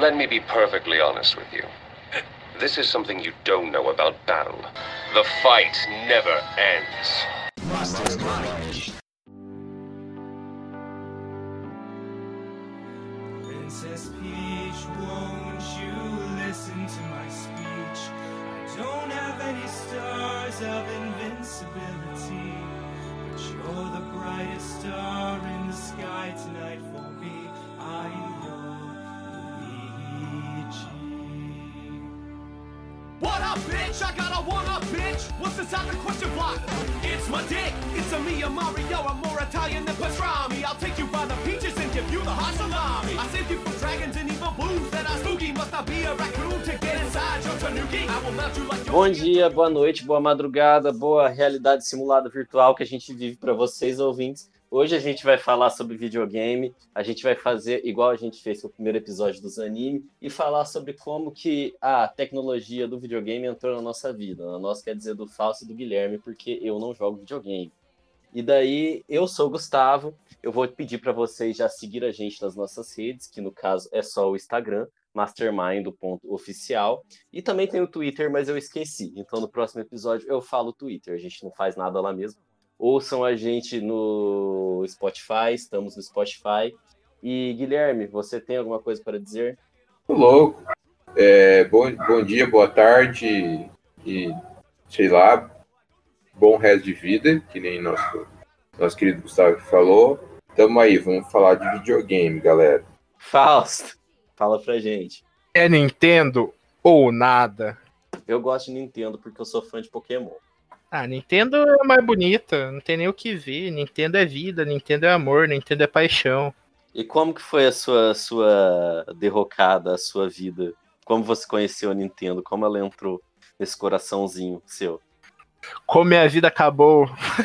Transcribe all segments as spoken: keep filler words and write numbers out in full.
Let me be perfectly honest with you. This is something you don't know about battle. The fight never ends. Master Mind. Princess Peach, won't you listen to my speech? I don't have any stars of invincibility, but you're the brightest star in the sky tonight for me. I know Luigi. What up, bitch? I got a one up, bitch. What's inside the question block? It's my dick. It's a me, a Mario. I'm more Italian than pastrami. I'll take you by the peaches and give you the hot salami. I saved you from dragons and evil blues that are spooky. Must not be a raccoon to get inside your tanuki. I will melt you like your... Bom dia, boa noite, boa madrugada, boa realidade simulada virtual que a gente vive para vocês, ouvintes. Hoje a gente vai falar sobre videogame, a gente vai fazer igual a gente fez no primeiro episódio dos anime e falar sobre como que a tecnologia do videogame entrou na nossa vida. Na nossa, quer dizer, do Fausto e do Guilherme, porque eu não jogo videogame. E daí, eu sou o Gustavo, eu vou pedir para vocês já seguir a gente nas nossas redes, que no caso é só o Instagram, mastermind.oficial, e também tem o Twitter, mas eu esqueci. Então no próximo episódio eu falo o Twitter, a gente não faz nada lá mesmo. Ouçam a gente no Spotify, estamos no Spotify. E, Guilherme, você tem alguma coisa para dizer? Tô louco. É, bom, bom dia, boa tarde e, sei lá, bom resto de vida, que nem nosso, nosso querido Gustavo falou. Tamo aí, vamos falar de videogame, galera. Fausto, fala pra gente. É Nintendo ou nada? Eu gosto de Nintendo porque eu sou fã de Pokémon. Ah, Nintendo é mais bonita, não tem nem o que ver. Nintendo é vida, Nintendo é amor, Nintendo é paixão. E como que foi a sua, sua derrocada, a sua vida? Como você conheceu a Nintendo? Como ela entrou nesse coraçãozinho seu? Como minha vida acabou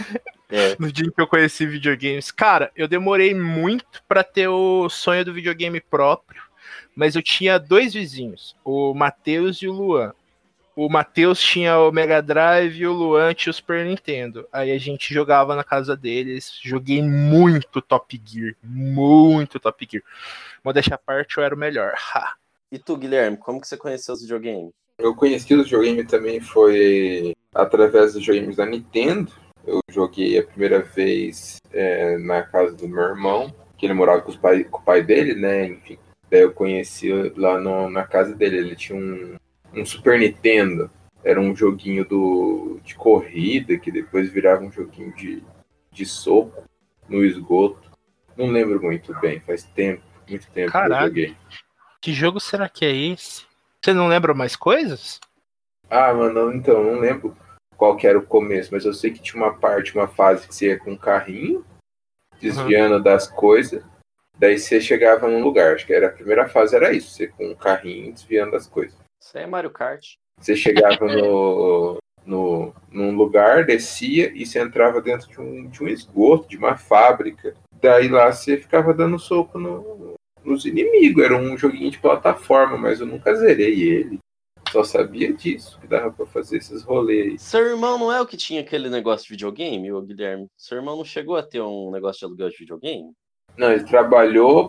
é. no dia em que eu conheci videogames. Cara, eu demorei muito pra ter o sonho do videogame próprio, mas eu tinha dois vizinhos, o Matheus e o Luan. O Matheus tinha o Mega Drive e o Luan tinha o Super Nintendo. Aí a gente jogava na casa deles. Joguei muito Top Gear. Muito Top Gear. Modéstia à parte, eu era o melhor. Ha. E tu, Guilherme, como que você conheceu os videogames? Eu conheci os videogames também foi através dos videogames da Nintendo. Eu joguei a primeira vez é, na casa do meu irmão, que ele morava com, os pai, com o pai dele, né? Enfim. Daí eu conheci lá no, na casa dele. Ele tinha um... um Super Nintendo, era um joguinho do, de corrida, que depois virava um joguinho de, de soco no esgoto. Não lembro muito bem, faz tempo, muito tempo Caralho, que eu joguei. Que jogo será que é esse? Você não lembra mais coisas? Ah, mano, então, não lembro qual que era o começo, mas eu sei que tinha uma parte, uma fase que você ia com um carrinho, desviando uhum. das coisas, daí você chegava num lugar, acho que era a primeira fase era isso, você com um carrinho desviando das coisas. Isso aí é Mario Kart. Você chegava no, no, num lugar, descia e você entrava dentro de um, de um esgoto, de uma fábrica. Daí lá você ficava dando soco no, nos inimigos. Era um joguinho de plataforma, mas eu nunca zerei ele. Só sabia disso, que dava pra fazer esses rolês aí. Seu irmão não é o que tinha aquele negócio de videogame, ô Guilherme? Seu irmão não chegou a ter um negócio de aluguel de videogame? Não, ele trabalhou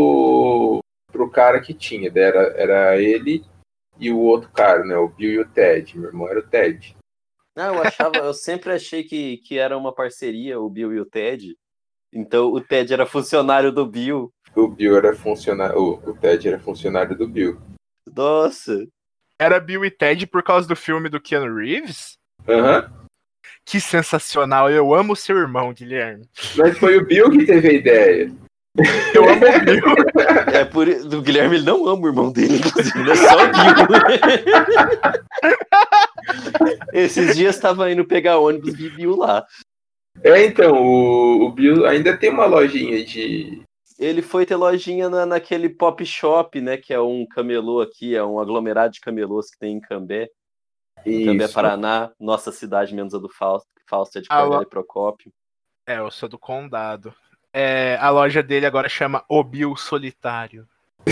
pro, pro cara que tinha. Era, era ele... E o outro cara, né? O Bill e o Ted. Meu irmão era o Ted. Não, eu achava, eu sempre achei que, que era uma parceria, o Bill e o Ted. Então o Ted era funcionário do Bill. O Bill era funcionário. O, o Ted era funcionário do Bill. Nossa! Era Bill e Ted por causa do filme do Keanu Reeves? Aham. Uhum. Que sensacional! Eu amo seu irmão, Guilherme. Mas foi o Bill que teve a ideia. Eu amo o Bill. É por o Guilherme ele não ama o irmão dele, inclusive, ele é só o Bill. Esses dias estava indo pegar ônibus e Bill lá. É, então, o, o Bill ainda tem uma lojinha de... Ele foi ter lojinha na, naquele Pop Shop, né, que é um camelô aqui, é um aglomerado de camelôs que tem em Cambé. Em Cambé, Paraná, nossa cidade, menos a do Fausto. Fausto é de Cornélio e Procópio. É, eu sou do Condado. É, a loja dele agora chama O Bill Solitário.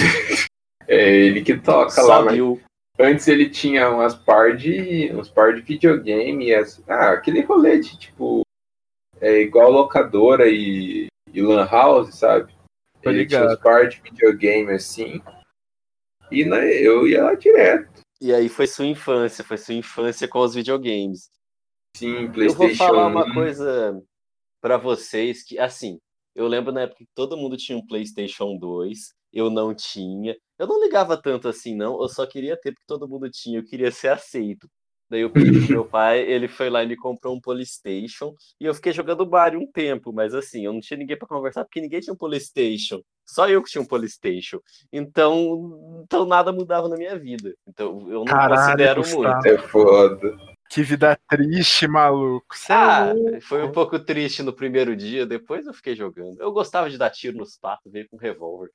É ele que toca Só lá, mas Bill. Antes ele tinha umas par de, uns par de videogame, as, ah, aquele rolê de, tipo, é igual locadora e, e lan house, sabe? Tô Ele ligado. tinha uns par de videogame assim. E né, eu ia lá direto. E aí foi sua infância, foi sua infância com os videogames. Sim, Eu vou falar PlayStation uma um. coisa pra vocês que, assim, eu lembro na época que todo mundo tinha um PlayStation dois, eu não tinha. Eu não ligava tanto assim, não, eu só queria ter porque todo mundo tinha, eu queria ser aceito. Daí eu pedi pro meu pai, ele foi lá e me comprou um PlayStation, e eu fiquei jogando Mario um tempo, mas assim, eu não tinha ninguém pra conversar porque ninguém tinha um PlayStation. Só eu que tinha um PlayStation. Então, então nada mudava na minha vida. Então eu não Caralho, considero Gustavo. muito. É foda. Que vida triste, maluco. Cê é Ah, louco. foi um pouco triste no primeiro dia, depois eu fiquei jogando. Eu gostava de dar tiro nos patos, veio com revólver.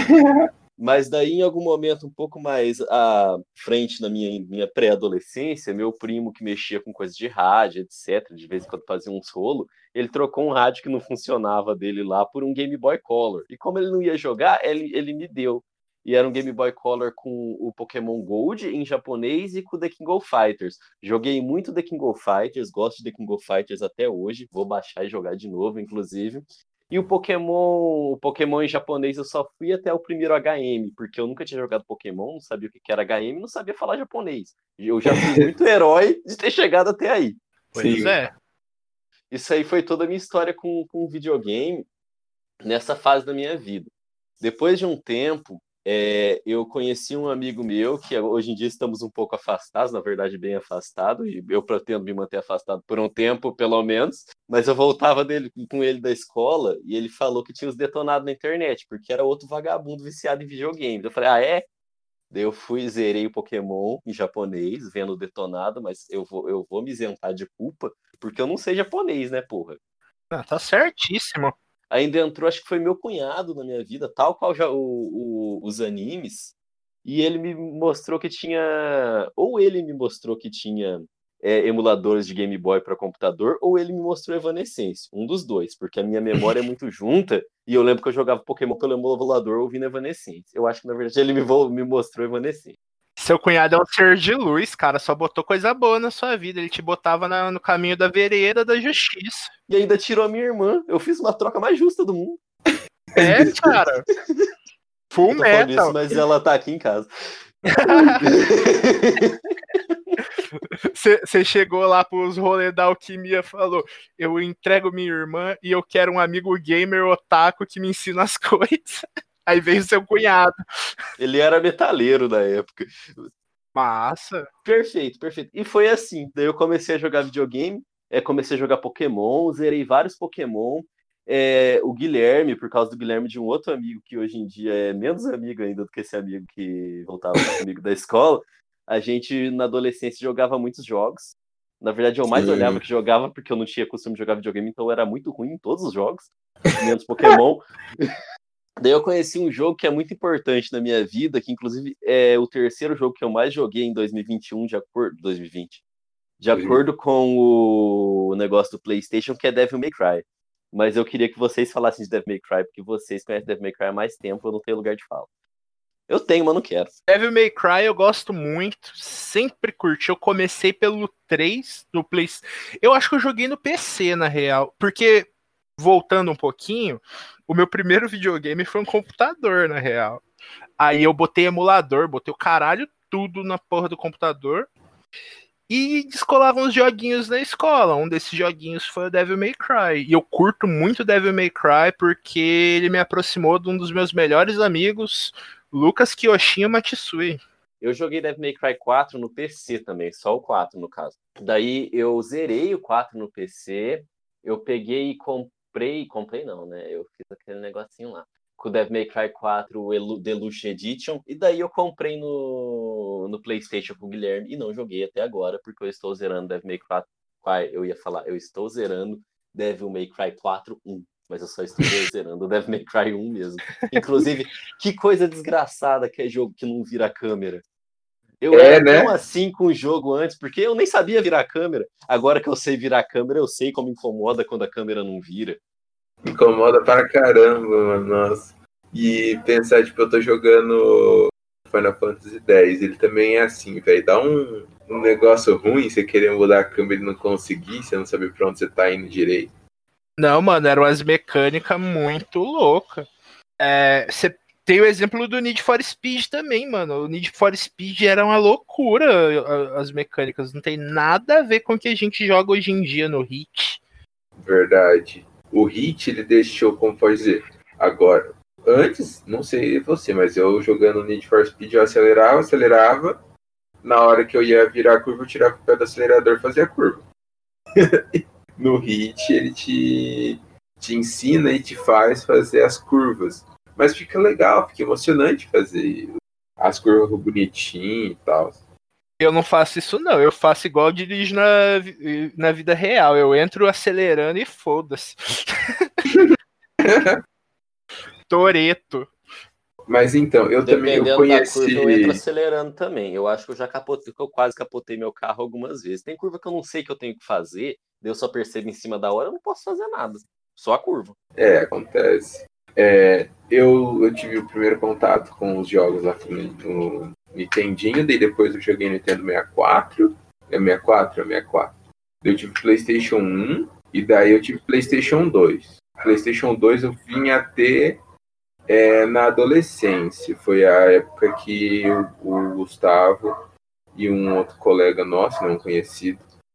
Mas daí, em algum momento um pouco mais à frente na minha, minha pré-adolescência, meu primo que mexia com coisas de rádio, etcétera, de vez em quando fazia uns rolos, ele trocou um rádio que não funcionava dele lá por um Game Boy Color. E como ele não ia jogar, ele, ele me deu. E era um Game Boy Color com o Pokémon Gold em japonês e com o The King of Fighters. Joguei muito The King of Fighters, gosto de The King of Fighters até hoje, vou baixar e jogar de novo, inclusive. E o Pokémon, o Pokémon em japonês eu só fui até o primeiro H M, porque eu nunca tinha jogado Pokémon, não sabia o que era H M, não sabia falar japonês. Eu já fui muito herói de ter chegado até aí. Pois Sim. é. Isso aí foi toda a minha história com, com videogame nessa fase da minha vida. Depois de um tempo, é, eu conheci um amigo meu, que hoje em dia estamos um pouco afastados, na verdade bem afastado, e eu pretendo me manter afastado por um tempo, pelo menos, mas eu voltava dele, com ele da escola, e ele falou que tinha os detonados na internet, porque era outro vagabundo viciado em videogame. Eu falei, ah, é? Daí eu fui, zerei o Pokémon em japonês, vendo o detonado, mas eu vou, eu vou me isentar de culpa, porque eu não sei japonês, né, porra? Ah, tá certíssimo. Ainda entrou, acho que foi meu cunhado na minha vida, tal qual já o, o, os animes, e ele me mostrou que tinha, ou ele me mostrou que tinha é, emuladores de Game Boy para computador, ou ele me mostrou Evanescence, um dos dois, porque a minha memória é muito junta, e eu lembro que eu jogava Pokémon pelo emulador ouvindo Evanescence. Eu acho que, na verdade, ele me, me mostrou Evanescence. Seu cunhado é um ser de luz, cara, só botou coisa boa na sua vida. Ele te botava na, no caminho da vereda da justiça. E ainda tirou a minha irmã. Eu fiz uma troca mais justa do mundo. É, cara. Full Eu tô falando metal. isso, mas ela tá aqui em casa. Você chegou lá pros rolês da alquimia e falou: eu entrego minha irmã e eu quero um amigo gamer otaku que me ensina as coisas. Aí veio seu cunhado. Ele era metaleiro na época. Massa. Perfeito, perfeito. E foi assim. Daí eu comecei a jogar videogame, é, comecei a jogar Pokémon, zerei vários Pokémon. É, o Guilherme, por causa do Guilherme de um outro amigo que hoje em dia é menos amigo ainda do que esse amigo que voltava comigo da escola, a gente na adolescência jogava muitos jogos. Na verdade, eu mais Sim. olhava que jogava porque eu não tinha costume de jogar videogame, então eu era muito ruim em todos os jogos, menos Pokémon. Daí eu conheci um jogo que é muito importante na minha vida, que inclusive é o terceiro jogo que eu mais joguei em dois mil e vinte e um, de acordo, dois mil e vinte, de acordo com o negócio do PlayStation, que é Devil May Cry. Mas eu queria que vocês falassem de Devil May Cry, porque vocês conhecem Devil May Cry há mais tempo, eu não tenho lugar de fala. Eu tenho, mas não quero. Devil May Cry eu gosto muito, sempre curti. Eu comecei pelo três do PlayStation. Eu acho que eu joguei no P C, na real, porque, voltando um pouquinho, o meu primeiro videogame foi um computador, na real. Aí eu botei emulador, botei o caralho tudo na porra do computador e descolava uns joguinhos na escola. Um desses joguinhos foi o Devil May Cry. E eu curto muito Devil May Cry porque ele me aproximou de um dos meus melhores amigos, Lucas Kiyoshinho Matsui. Eu joguei Devil May Cry quatro no P C também, só o quatro no caso. Daí eu zerei o quatro no P C, eu peguei e comprei, comprei não, né? Eu fiz aquele negocinho lá, com o Devil May Cry quatro o Deluxe Edition, e daí eu comprei no, no PlayStation com o Guilherme e não joguei até agora, porque eu estou zerando Devil May Cry, eu ia falar, eu estou zerando Devil May Cry quatro um. Mas eu só estou zerando o Devil May Cry um mesmo. Inclusive, que coisa desgraçada que é jogo que não vira câmera. Eu É, era né? tão assim com o jogo antes, porque eu nem sabia virar câmera. Agora que eu sei virar câmera, eu sei como incomoda quando a câmera não vira. Incomoda pra caramba, mano, nossa. E pensar, tipo, eu tô jogando Final Fantasy dez, ele também é assim, velho. Dá um, um negócio ruim você querer mudar a câmera e não conseguir, você não saber pra onde você tá indo direito. Não, mano, eram umas mecânicas muito loucas. É, você tem o exemplo do Need for Speed também, mano. O Need for Speed era uma loucura, as mecânicas. Não tem nada a ver com o que a gente joga hoje em dia no Hit. Verdade. O Hit, ele deixou, como pode dizer, agora, antes, não sei você, mas eu jogando Need for Speed, eu acelerava, acelerava, na hora que eu ia virar a curva, eu tirava o pé do acelerador e fazia a curva. No Hit, ele te, te ensina e te faz fazer as curvas. Mas fica legal, fica emocionante fazer as curvas bonitinho e tal. Eu não faço isso não, eu faço igual eu dirijo na, na vida real. Eu entro acelerando e foda-se. Toreto. Mas então, eu também eu conheci... da curva, eu entro acelerando também. Eu acho que eu já capotei, eu quase capotei meu carro algumas vezes. Tem curva que eu não sei que eu tenho que fazer, eu só percebo em cima da hora, eu não posso fazer nada. Só a curva. É, acontece. É, eu, eu tive o primeiro contato com os jogos lá no, no Nintendinho, daí depois eu joguei Nintendo sessenta e quatro. É sessenta e quatro? É sessenta e quatro. Daí eu tive PlayStation um e daí eu tive PlayStation dois. PlayStation dois eu vim a ter é, na adolescência. Foi a época que o, o Gustavo e um outro colega nosso, não conhecido,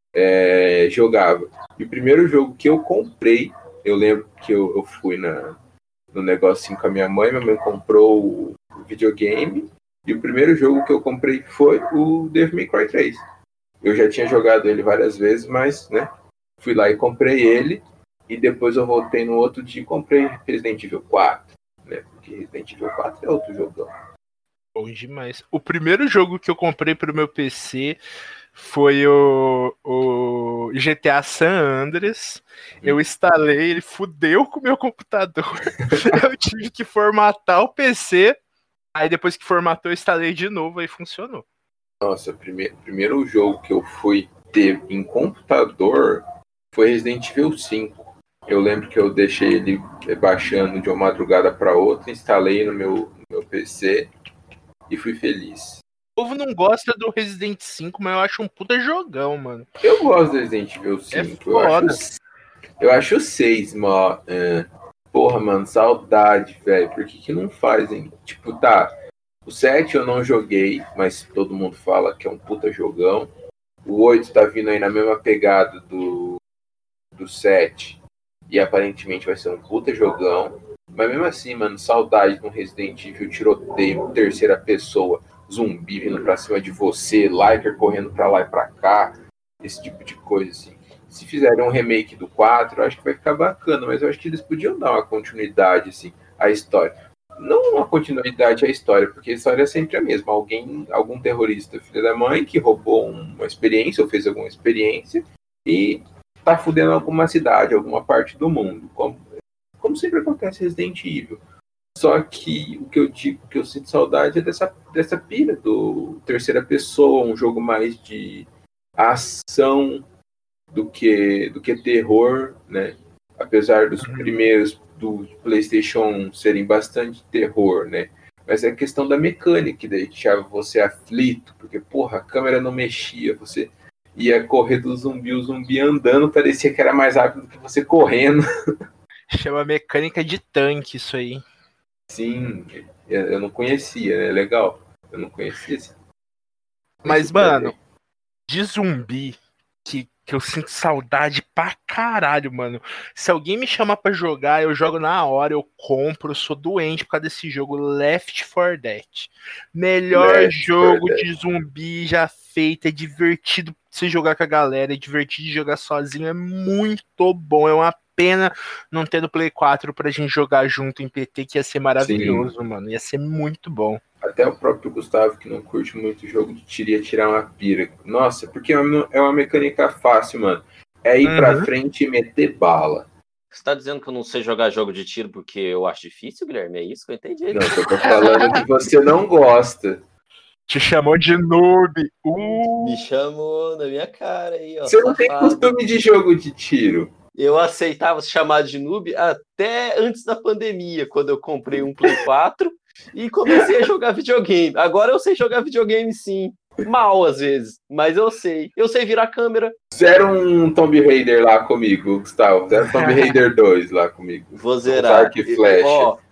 é, jogava. E o primeiro jogo que eu comprei, eu lembro que eu, eu fui na, no negocinho com a minha mãe, minha mãe comprou o, o videogame, e o primeiro jogo que eu comprei foi o Devil May Cry três. Eu já tinha jogado ele várias vezes, mas, né, fui lá e comprei ele, e depois eu voltei no outro dia e comprei Resident Evil quatro, né, porque Resident Evil quatro é outro jogão. Bom demais. O primeiro jogo que eu comprei pro meu P C foi o, o G T A San Andreas. Eu instalei, ele fudeu com o meu computador. Eu tive que formatar o P C. Aí depois que formatou, eu instalei de novo, aí funcionou. Nossa, o primeiro, primeiro jogo que eu fui ter em computador foi Resident Evil cinco. Eu lembro que eu deixei ele baixando de uma madrugada para outra, instalei no meu, no meu P C e fui feliz. O povo não gosta do Resident cinco, mas eu acho um puta jogão, mano. Eu gosto do Resident Evil cinco. É foda. Eu acho, eu acho o seis, mano. É, porra, mano, saudade, velho. Por que que não fazem? Tipo, tá, o sete eu não joguei, mas todo mundo fala que é um puta jogão. O oito tá vindo aí na mesma pegada do, do sete. E aparentemente vai ser um puta jogão. Mas mesmo assim, mano, saudade de um Resident Evil tiroteio, terceira pessoa, zumbi vindo pra cima de você, Liker correndo pra lá e pra cá, esse tipo de coisa, assim. Se fizerem um remake do quatro, eu acho que vai ficar bacana, mas eu acho que eles podiam dar uma continuidade, assim, à história. Não uma continuidade à história, porque a história é sempre a mesma. Alguém, algum terrorista, filho da mãe, que roubou uma experiência, ou fez alguma experiência, e tá fudendo alguma cidade, alguma parte do mundo, como, como sempre acontece em Resident Evil. Só que o que eu digo, que eu sinto saudade é dessa, dessa pira do terceira pessoa, um jogo mais de ação do que, do que terror, né? Apesar dos primeiros do PlayStation serem bastante terror, né? Mas é a questão da mecânica que deixava você aflito, porque, porra, a câmera não mexia, você ia correr do zumbi, o zumbi andando, parecia que era mais rápido do que você correndo. Chama mecânica de tanque isso aí. Sim, eu não conhecia, né? Legal. Eu não conhecia. Assim. Mas, mano, de zumbi, que, que eu sinto saudade pra caralho, mano. Se alguém me chamar pra jogar, eu jogo na hora, eu compro, eu sou doente por causa desse jogo, Left four Dead. Melhor Left jogo four de zumbi já feito, é divertido você jogar com a galera, é divertido de jogar sozinho, é muito bom, é uma pena não ter no Play quatro pra gente jogar junto em P T, que ia ser maravilhoso, Sim. mano. Ia ser muito bom. Até o próprio Gustavo, que não curte muito jogo de tiro, ia tirar uma pira. Nossa, porque é uma mecânica fácil, mano. É ir uhum. pra frente e meter bala. Você tá dizendo que eu não sei jogar jogo de tiro porque eu acho difícil, Guilherme? É isso que eu entendi. Não, eu tô falando que você não gosta. Te chamou de noob. Uh. Me chamou na minha cara aí, ó. Você não tem costume de jogo de tiro. Eu aceitava ser chamado de noob até antes da pandemia, quando eu comprei um Play quatro e comecei a jogar videogame. Agora eu sei jogar videogame sim. Mal às vezes, mas eu sei. Eu sei virar câmera. Zero um Tomb Raider lá comigo, Gustavo. Zero Tomb Raider dois lá comigo. Vou zerar. Arco e flecha. Ó,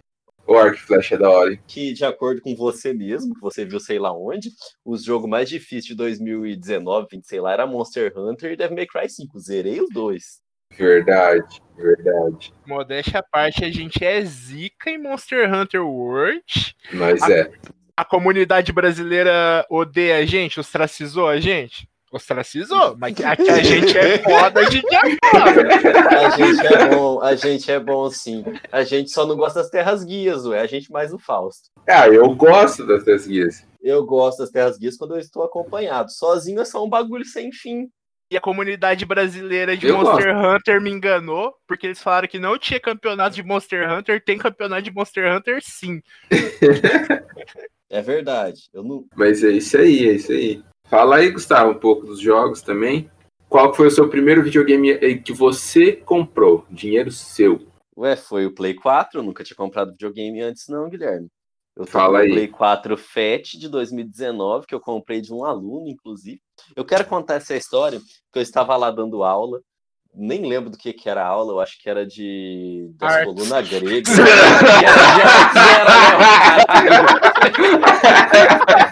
O arco e flecha é da hora, hein? Que, de acordo com você mesmo, que você viu sei lá onde, os jogos mais difíceis de dois mil e dezenove, vinte, sei lá, era Monster Hunter e Devil May Cry cinco. Zerei os dois. Verdade, verdade. Modéstia à parte, a gente é zica em Monster Hunter World. Mas a, é. A comunidade brasileira odeia a gente, ostracizou a gente. Ostracizou, mas que a, que a gente é foda, a gente é foda. A gente é bom, a gente é bom sim. A gente só não gosta das terras guias, ué. A gente mais o Fausto. Ah, eu gosto das Terras Guias. Eu gosto das terras guias quando eu estou acompanhado. Sozinho é só um bagulho sem fim. E a comunidade brasileira de Eu Monster gosto. Hunter me enganou, porque eles falaram que não tinha campeonato de Monster Hunter. Tem campeonato de Monster Hunter, sim. É verdade. Eu não... Mas é isso aí, é isso aí. Fala aí, Gustavo, um pouco dos jogos também. Qual foi o seu primeiro videogame que você comprou? Dinheiro seu. Ué, foi o Play quatro. Eu nunca tinha comprado videogame antes não, Guilherme. Eu tô Fala com aí. o Play quatro Fat de dois mil e dezenove, que eu comprei de um aluno, inclusive. Eu quero contar essa história, porque eu estava lá dando aula. Nem lembro do que, que era a aula, eu acho que era de das Artes. colunas gregas. Era de artes, era,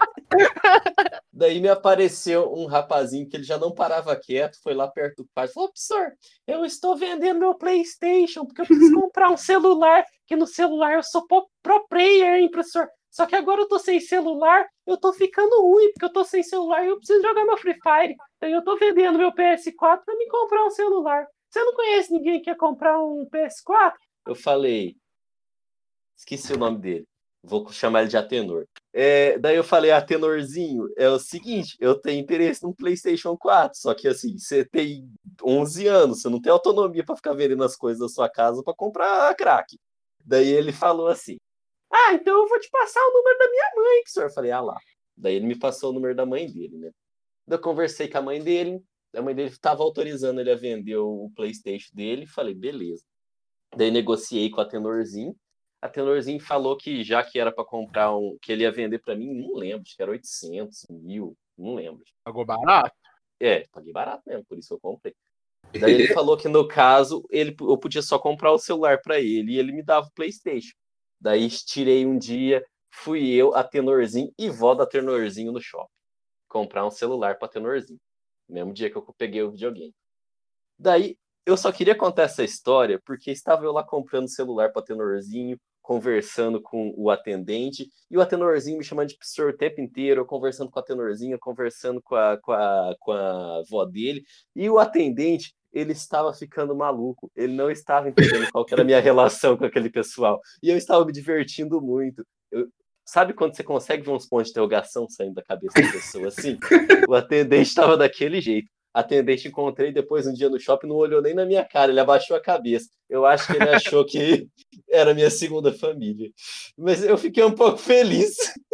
Daí me apareceu um rapazinho que ele já não parava quieto, foi lá perto do pai e falou: professor, eu estou vendendo meu PlayStation porque eu preciso comprar um celular, que no celular eu sou pro, pro player, hein, professor? Só que agora eu tô sem celular, eu tô ficando ruim, porque eu tô sem celular e eu preciso jogar meu Free Fire. Então eu tô vendendo meu P S quatro pra me comprar um celular. Você não conhece ninguém que quer comprar um P S quatro? Eu falei, esqueci o nome dele. Vou chamar ele de Atenor. É, daí eu falei, Atenorzinho, é o seguinte, eu tenho interesse num PlayStation quatro, só que assim, você tem onze anos, você não tem autonomia para ficar vendendo as coisas da sua casa para comprar crack. Daí ele falou assim, ah, então eu vou te passar o número da minha mãe, que o senhor. Eu falei, ah lá. Daí ele me passou o número da mãe dele, né? Daí eu conversei com a mãe dele, a mãe dele estava autorizando ele a vender o PlayStation dele, falei, beleza. Daí negociei com a Tenorzinho. A Tenorzinho falou que já que era para comprar um, que ele ia vender para mim, não lembro, acho que era oitocentos, mil, não lembro. Pagou barato? É, paguei barato mesmo, por isso eu comprei. Daí ele falou que no caso, ele, eu podia só comprar o celular para ele e ele me dava o PlayStation. Daí tirei um dia, fui eu, a Tenorzinho e vó da Tenorzinho no shopping. Comprar um celular para Tenorzinho. Mesmo dia que eu peguei o videogame. Daí, eu só queria contar essa história porque estava eu lá comprando celular para Tenorzinho, conversando com o atendente, e o Atenorzinho me chamando de professor o tempo inteiro, eu conversando com a Tenorzinha, conversando com a, com a, com a avó dele, e o atendente, ele estava ficando maluco, ele não estava entendendo qual que era a minha relação com aquele pessoal, e eu estava me divertindo muito. Eu, sabe quando você consegue ver uns pontos de interrogação saindo da cabeça da pessoa assim? O atendente estava daquele jeito. Atendente encontrei depois um dia no shopping, não olhou nem na minha cara, ele abaixou a cabeça. Eu acho que ele achou que era minha segunda família. Mas eu fiquei um pouco feliz.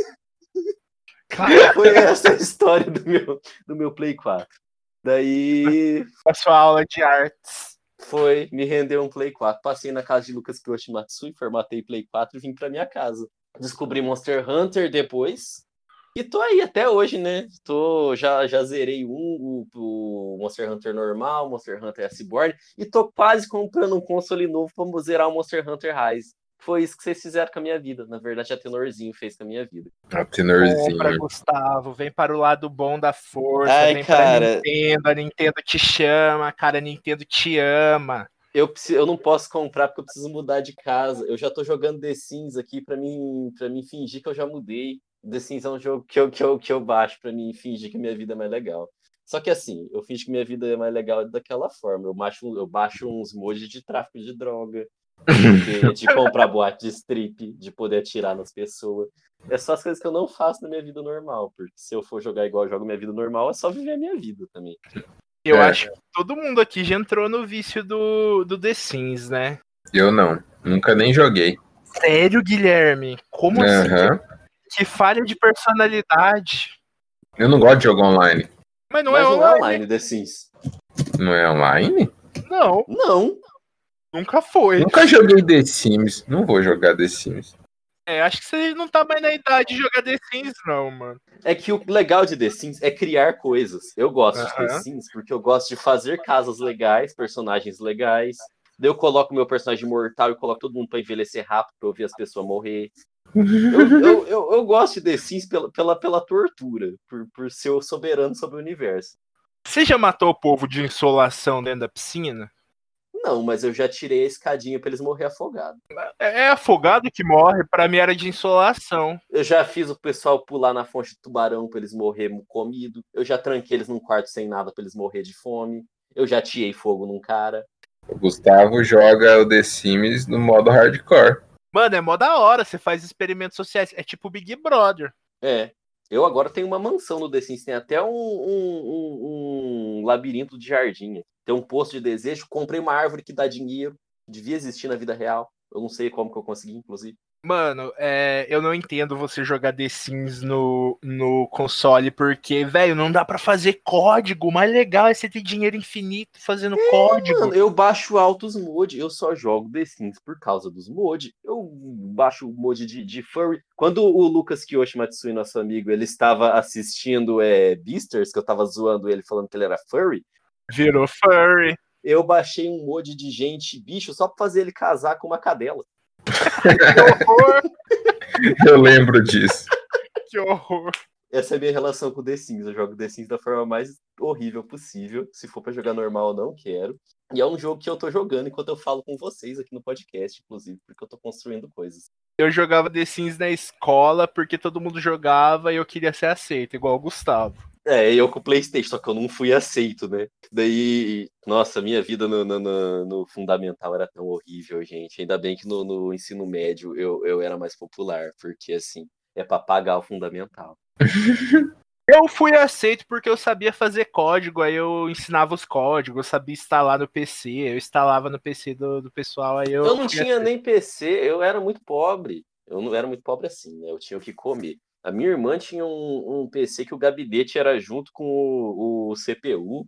Foi essa a história do meu, do meu Play quatro. Daí... A sua aula de artes. Foi, me rendeu um Play quatro. Passei na casa de Lucas Kiyoshi Matsui, formatei Play quatro e vim pra minha casa. Descobri Monster Hunter depois... E tô aí até hoje, né? Tô, já, já zerei um, o, o Monster Hunter normal, Monster Hunter Iceborne, e tô quase comprando um console novo pra zerar o Monster Hunter Rise. Foi isso que vocês fizeram com a minha vida. Na verdade, a Tenorzinho fez com a minha vida. A Tenorzinho. Compra, Gustavo, vem para o lado bom da força, Ai, vem cara. para a Nintendo, a Nintendo te chama, cara, a Nintendo te ama. Eu, preciso, eu não posso comprar porque eu preciso mudar de casa. Eu já tô jogando The Sims aqui pra mim, pra mim fingir que eu já mudei. The Sims é um jogo que eu, que, eu, que eu baixo pra mim fingir que minha vida é mais legal. Só que assim, eu fingo que minha vida é mais legal daquela forma. Eu baixo, eu baixo uns mods de tráfico de droga, de, de comprar boate de strip, de poder atirar nas pessoas. É só as coisas que eu não faço na minha vida normal. Porque se eu for jogar igual eu jogo minha vida normal, é só viver a minha vida também. Eu É. acho que todo mundo aqui já entrou no vício do, do The Sims, né? Eu não. Nunca nem joguei. Sério, Guilherme? Como assim? Aham. Que falha de personalidade. Eu não gosto de jogar online. Mas não Mas é não é online. online The Sims. Não é online? Não, Não. nunca foi. Nunca joguei The Sims. Não vou jogar The Sims. É, acho que você não tá mais na idade de jogar The Sims, não, mano. É que o legal de The Sims é criar coisas. Eu gosto de The Aham. Sims porque eu gosto de fazer casas legais, personagens legais, Daí eu coloco meu personagem mortal e coloco todo mundo pra envelhecer rápido, pra eu ver as pessoas morrer. Eu, eu, eu, eu gosto de The Sims pela, pela, pela tortura, por, por ser o soberano sobre o universo. Você já matou o povo de insolação dentro da piscina? Não, mas eu já tirei a escadinha pra eles morrer afogados. É, é afogado que morre, pra mim era de insolação. Eu já fiz o pessoal pular na fonte de tubarão pra eles morrerem comido. Eu já tranquei eles num quarto sem nada pra eles morrer de fome. Eu já tirei fogo num cara. O Gustavo joga o The Sims no modo hardcore. Mano, é mó da hora, você faz experimentos sociais. É tipo Big Brother. É. Eu agora tenho uma mansão no The Sims, tem até um, um, um, um labirinto de jardim. Tem um poço de desejo, comprei uma árvore que dá dinheiro, devia existir na vida real. Eu não sei como que eu consegui, inclusive. Mano, é, eu não entendo você jogar The Sims no, no console, porque, velho, não dá pra fazer código. O mais legal é você ter dinheiro infinito fazendo é, código. Mano, eu baixo altos mods, eu só jogo The Sims por causa dos mods. Eu baixo o mod de, de furry. Quando o Lucas Kiyoshi Matsui, nosso amigo, ele estava assistindo é, Beasters, que eu tava zoando ele falando que ele era furry. Virou furry. Eu baixei um mod de gente, bicho, só pra fazer ele casar com uma cadela. Que horror! Eu lembro disso. Que horror! Essa é a minha relação com o The Sims. Eu jogo The Sims da forma mais horrível possível. Se for pra jogar normal, eu não quero. E é um jogo que eu tô jogando enquanto eu falo com vocês aqui no podcast, inclusive, porque eu tô construindo coisas. Eu jogava The Sims na escola porque todo mundo jogava e eu queria ser aceito, igual o Gustavo. É, eu com o PlayStation, só que eu não fui aceito, né? Daí, nossa, minha vida no, no, no, no fundamental era tão horrível, gente. Ainda bem que no, no ensino médio eu, eu era mais popular, porque, assim, é pra pagar o fundamental. Eu fui aceito porque eu sabia fazer código, aí eu ensinava os códigos, eu sabia instalar no P C, eu instalava no P C do, do pessoal, aí eu... Eu não tinha aceito. Nem P C, eu era muito pobre. Eu não era muito pobre assim, né? Eu tinha o que comer. A minha irmã tinha um, um P C que o gabinete era junto com o, o C P U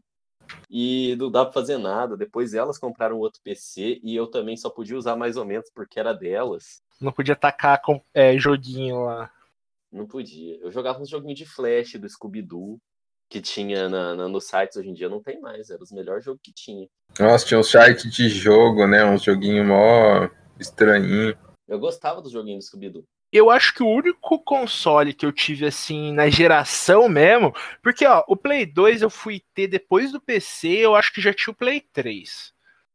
e não dava pra fazer nada. Depois elas compraram outro P C e eu também só podia usar mais ou menos porque era delas. Não podia tacar com, é, joguinho lá. Não podia. Eu jogava uns joguinhos de flash do Scooby-Doo que tinha na, na, nos sites. Hoje em dia não tem mais. Era os melhores jogos que tinha. Nossa, tinha um site de jogo, né? Um joguinho mó estranhinho. Eu gostava dos joguinhos do Scooby-Doo. Eu acho que o único console que eu tive, assim, na geração mesmo... Porque, ó, o Play dois eu fui ter depois do P C, eu acho que já tinha o Play três.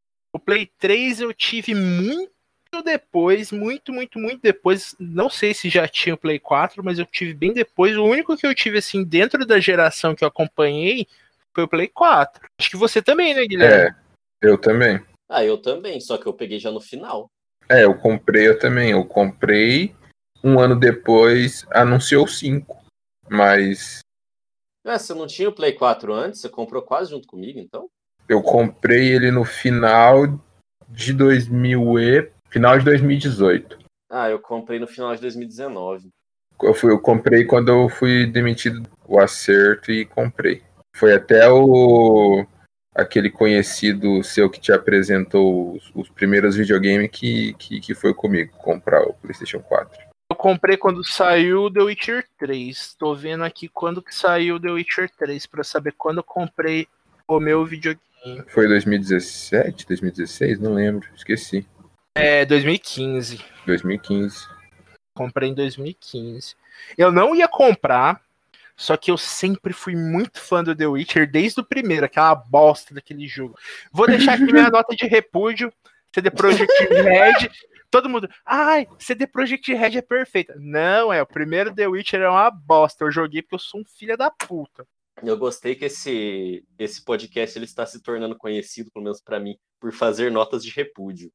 O Play três eu tive muito depois, muito, muito, muito depois. Não sei se já tinha o Play quatro, mas eu tive bem depois. O único que eu tive, assim, dentro da geração que eu acompanhei foi o Play quatro. Acho que você também, né, Guilherme? É, eu também. Ah, eu também, só que eu peguei já no final. É, eu comprei, eu também. Eu comprei... Um ano depois, anunciou cinco, mas... Ah, você não tinha o Play quatro antes? Você comprou quase junto comigo, então? Eu comprei ele no final de dois mil e... Final de dois mil e dezoito. Ah, eu comprei no final de dois mil e dezenove. Eu, fui, eu comprei quando eu fui demitido o acerto e comprei. Foi até o... Aquele conhecido seu que te apresentou os, os primeiros videogames que, que, que foi comigo comprar o PlayStation quatro. Eu comprei quando saiu The Witcher três. Tô vendo aqui quando que saiu The Witcher três pra saber quando eu comprei o meu videogame. Foi dois mil e dezessete, dois mil e dezesseis? Não lembro, esqueci. É, dois mil e quinze. dois mil e quinze. Comprei em dois mil e quinze. Eu não ia comprar, só que eu sempre fui muito fã do The Witcher desde o primeiro, aquela bosta daquele jogo. Vou deixar aqui minha nota de repúdio. C D Projekt Red... Todo mundo, ai, C D Projekt Red é perfeita. Não, é, o primeiro The Witcher é uma bosta. Eu joguei porque eu sou um filho da puta. Eu gostei que esse, esse podcast ele está se tornando conhecido, pelo menos pra mim, por fazer notas de repúdio.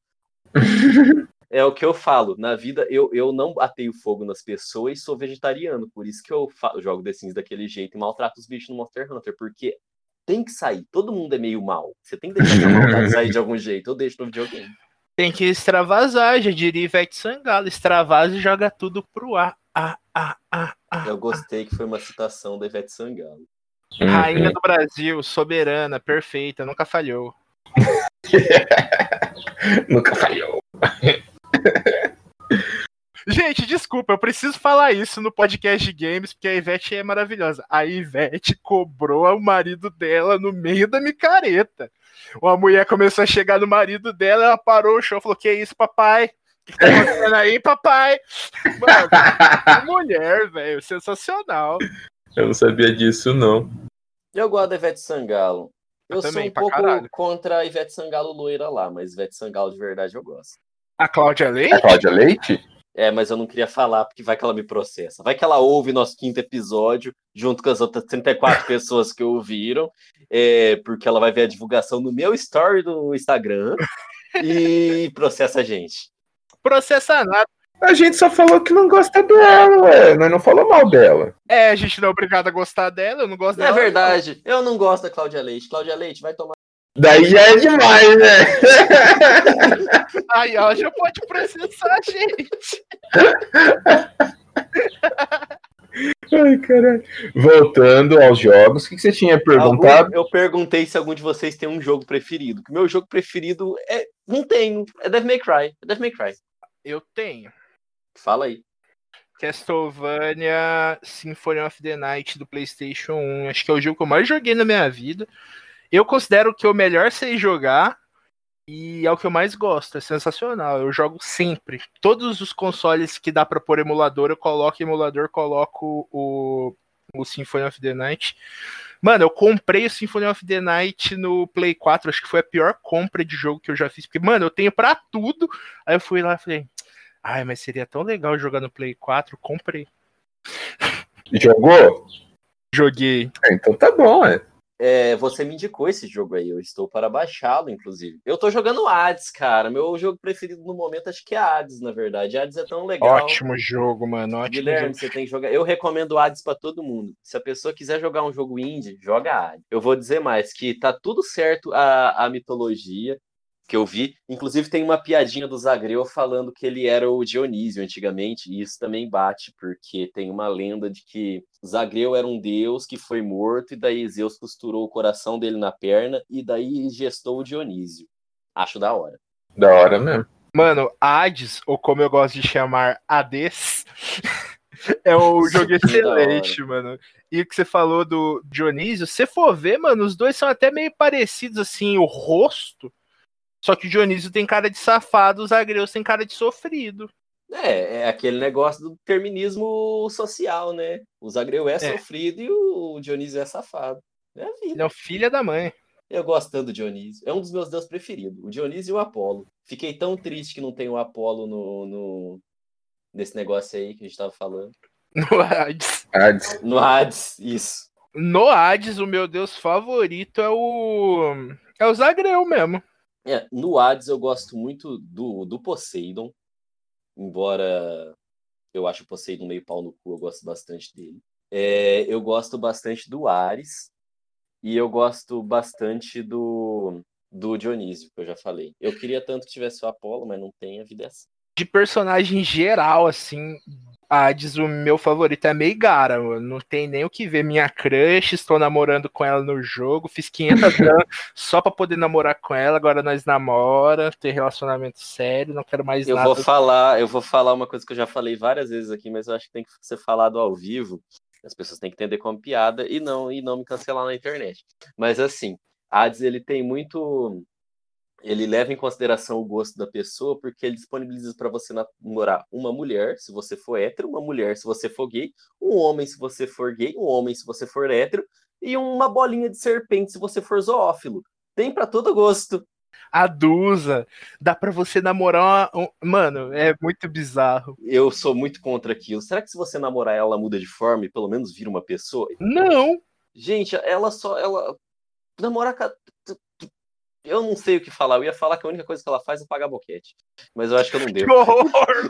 É o que eu falo, na vida eu, eu não ateio fogo nas pessoas e sou vegetariano, por isso que eu fa- jogo The Sims daquele jeito e maltrato os bichos no Monster Hunter, porque tem que sair, todo mundo é meio mal. Você tem que deixar a maldade sair de algum jeito, eu deixo no videogame. Tem que extravasar, já diria Ivete Sangalo. Extravasa e joga tudo pro ar. Ah, ah, ah, ah, eu gostei que foi uma citação da Ivete Sangalo. ah. Rainha do Brasil, soberana, perfeita, nunca falhou. Nunca falhou. Gente, desculpa, eu preciso falar isso no podcast de games, porque a Ivete é maravilhosa. A Ivete cobrou o marido dela no meio da micareta. Uma mulher começou a chegar no marido dela, ela parou o show e falou, que isso, papai? O que tá acontecendo aí, papai? Mano, que mulher, velho, sensacional. Eu não sabia disso, não. Eu gosto da Ivete Sangalo. Eu, Eu sou também, um pra pouco caralho. contra a Ivete Sangalo loira lá, mas Ivete Sangalo de verdade eu gosto. A Cláudia A Leite? Cláudia Leite? É, mas eu não queria falar porque vai que ela me processa. Vai que ela ouve nosso quinto episódio, junto com as outras trinta e quatro pessoas que ouviram, é, porque ela vai ver a divulgação no meu story do Instagram e processa a gente. Processa nada. A gente só falou que não gosta dela, ué. Nós não falou mal dela. É, a gente não é obrigado a gostar dela, eu não gosto Não é dela. verdade, eu não gosto da Cláudia Leite. Cláudia Leite, vai tomar. Daí já é demais, né? Aí ela já pode processar a gente. Ai, caralho. Voltando aos jogos, o que que você tinha perguntado? Algum- eu perguntei se algum de vocês tem um jogo preferido. Que meu jogo preferido é. Não tenho. É Devil May Cry. É Devil May Cry. Eu tenho. Fala aí. Castlevania Symphony of the Night do PlayStation um. Acho que é o jogo que eu mais joguei na minha vida. Eu considero que é o melhor sei jogar e é o que eu mais gosto. É sensacional. Eu jogo sempre. Todos os consoles que dá pra pôr emulador, eu coloco emulador, coloco o, o Symphony of the Night. Mano, eu comprei o Symphony of the Night no Play quatro. Acho que foi a pior compra de jogo que eu já fiz. Porque, mano, eu tenho pra tudo. Aí eu fui lá e falei, ai, mas seria tão legal jogar no Play quatro. Comprei. Jogou? Joguei. É, então tá bom, é. É, você me indicou esse jogo aí. Eu estou para baixá-lo, inclusive. Eu tô jogando Hades, cara. Meu jogo preferido no momento acho que é Hades, na verdade. Hades é tão legal. Ótimo jogo, mano. Ótimo Guilherme, jogo. você tem que jogar. Eu recomendo Hades pra todo mundo. Se a pessoa quiser jogar um jogo indie, joga Hades. Eu vou dizer mais, que tá tudo certo a, a mitologia que eu vi. Inclusive tem uma piadinha do Zagreu falando que ele era o Dionísio antigamente, e isso também bate, porque tem uma lenda de que Zagreu era um deus que foi morto, e daí Zeus costurou o coração dele na perna, e daí gestou o Dionísio. Acho da hora. Da hora mesmo. Mano, Hades, ou como eu gosto de chamar, Hades, é um jogo Que da excelente, mano. E o que você falou do Dionísio, se você for ver, mano, os dois são até meio parecidos, assim, o rosto. Só que o Dionísio tem cara de safado, o Zagreus tem cara de sofrido. É, é aquele negócio do determinismo social, né? O Zagreu é, sofrido e o Dionísio é safado. É a vida. Ele é o filho da mãe. Eu gosto tanto do Dionísio. É um dos meus deuses preferidos. O Dionísio e o Apolo. Fiquei tão triste que não tem o Apolo no, no... nesse negócio aí que a gente tava falando. No Hades. Hades. No Hades, isso. No Hades, o meu deus favorito é o... É o Zagreu mesmo. É, no Hades eu gosto muito do, do Poseidon. Embora eu ache o Poseidon meio pau no cu, eu gosto bastante dele. É, eu gosto bastante do Ares. E eu gosto bastante do, do Dionísio, que eu já falei. Eu queria tanto que tivesse o Apolo, mas não tem, a vida é assim. De personagem geral, assim, Hades, o meu favorito é a Meigara, mano. Não tem nem o que ver. Minha crush, estou namorando com ela no jogo. Fiz quinhentas anos só pra poder namorar com ela. Agora nós namora, ter relacionamento sério, não quero mais Eu nada. vou falar, eu vou falar uma coisa que eu já falei várias vezes aqui, mas eu acho que tem que ser falado ao vivo. As pessoas têm que entender como piada e não, e não me cancelar na internet. Mas assim, Hades, ele tem muito... Ele leva em consideração o gosto da pessoa, porque ele disponibiliza para você namorar uma mulher, se você for hétero, uma mulher, se você for gay, um homem, se você for gay, um homem, se você for hétero, e uma bolinha de serpente, se você for zoófilo. Tem para todo gosto. A Dusa, dá pra você namorar uma... um... Mano, é muito bizarro. Eu sou muito contra aquilo. Será que se você namorar ela, ela muda de forma e pelo menos vira uma pessoa? Não! Gente, ela só... ela namorar... Eu não sei o que falar. Eu ia falar que a única coisa que ela faz é pagar boquete. Mas eu acho que eu não devo. Que horror!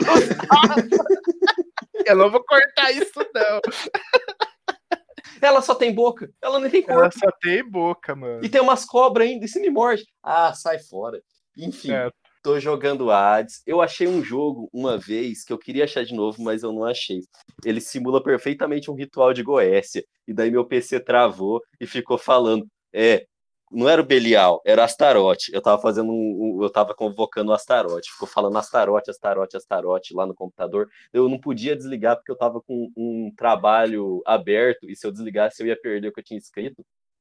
Eu não vou cortar isso, não. Ela só tem boca. Ela nem tem corpo. Ela só tem boca, mano. E tem umas cobras ainda. E se me morde? Ah, sai fora. Enfim, É. tô jogando Hades. Eu achei um jogo uma vez que eu queria achar de novo, mas eu não achei. Ele simula perfeitamente um ritual de Goécia. E daí meu P C travou e ficou falando. É... Não era o Belial, era Astarote. Eu tava fazendo um, um, eu tava convocando o Astarote. Ficou falando Astarote, Astarote, Astarote lá no computador. Eu não podia desligar porque eu tava com um trabalho aberto e se eu desligasse eu ia perder o que eu tinha escrito.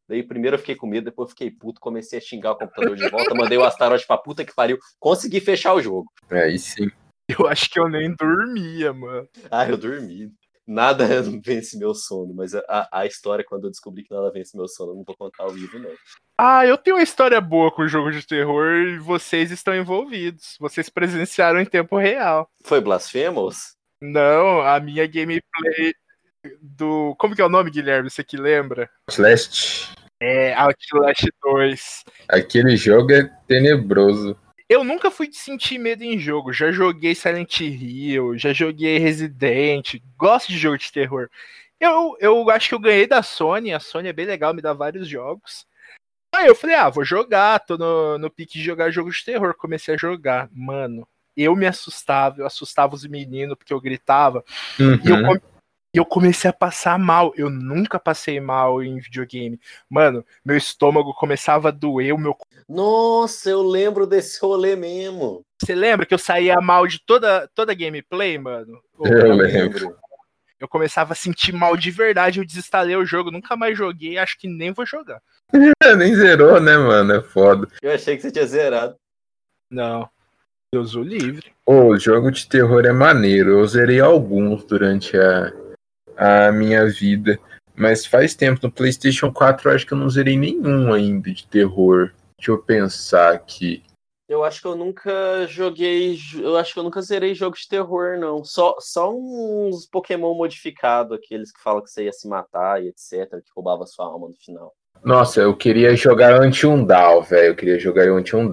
Daí primeiro eu fiquei com medo, depois eu fiquei puto, comecei a xingar o computador de volta, mandei o Astaroth pra puta que pariu, consegui fechar o jogo. É, aí sim. Eu acho que eu nem dormia, mano. Ah, eu dormi. Nada vence meu sono, mas a, a história, quando eu descobri que nada vence meu sono, eu não vou contar ao vivo, não. Ah, eu tenho uma história boa com o jogo de terror e vocês estão envolvidos. Vocês presenciaram em tempo real. Foi Blasphemous? Não, a minha gameplay do... Como que é o nome, Guilherme? Você que lembra? Outlast. É, Outlast dois. Aquele jogo é tenebroso. Eu nunca fui de sentir medo em jogo. Já joguei Silent Hill, já joguei Resident. Gosto de jogo de terror. Eu, eu acho que eu ganhei da Sony. A Sony é bem legal, me dá vários jogos. Aí eu falei, ah, vou jogar. Tô no, no pique de jogar jogo de terror. Comecei a jogar. Mano, eu me assustava. Eu assustava os meninos porque eu gritava. Uhum. E eu, come- eu comecei a passar mal. Eu nunca passei mal em videogame. Mano, meu estômago começava a doer. O meu... Nossa, eu lembro desse rolê mesmo. Você lembra que eu saía mal de toda, toda gameplay, mano? Ô, Eu lembro. Eu começava a sentir mal de verdade, eu desinstalei o jogo, nunca mais joguei, acho que nem vou jogar. Nem zerou, né, mano? É foda. Eu achei que você tinha zerado. Não, Deus o livre. Ô, o jogo de terror é maneiro. Eu zerei alguns durante a, a minha vida. Mas faz tempo, no PlayStation quatro eu acho que eu não zerei nenhum ainda de terror. Deixa eu pensar aqui. Eu acho que eu nunca joguei. Eu acho que eu nunca zerei jogo de terror, não. Só, só uns Pokémon modificados, aqueles que falam que você ia se matar e etcétera, que roubava sua alma no final. Nossa, eu queria jogar Until, velho. Eu queria jogar Until.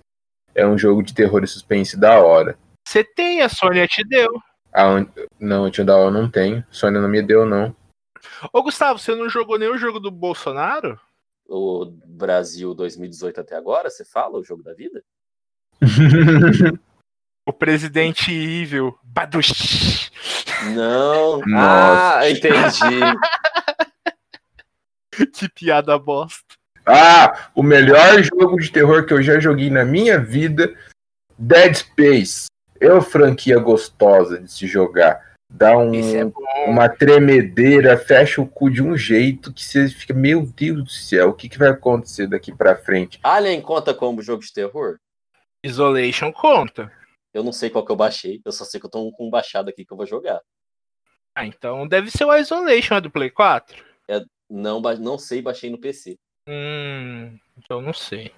É um jogo de terror e suspense da hora. Você tem, a Sony te deu. A un... Não, Until eu não tenho. Sony não me deu, não. Ô, Gustavo, você não jogou nenhum jogo do Bolsonaro? O Brasil dois mil e dezoito até agora, você fala? O jogo da vida? O Presidente Evil. Badush. Não. Nossa. Ah, entendi. Que piada bosta. Ah, o melhor jogo de terror que eu já joguei na minha vida, Dead Space. É franquia gostosa de se jogar. Dá um, Esse é bom. uma tremedeira, fecha o cu de um jeito que você fica, meu Deus do céu, o que, que vai acontecer daqui pra frente? Alien conta como jogo de terror? Isolation conta. Eu não sei qual que eu baixei, eu só sei que eu tô com um baixado aqui que eu vou jogar. Ah, então deve ser o Isolation, é do Play quatro? É, não, ba- não sei, baixei no P C. Hum, então não sei.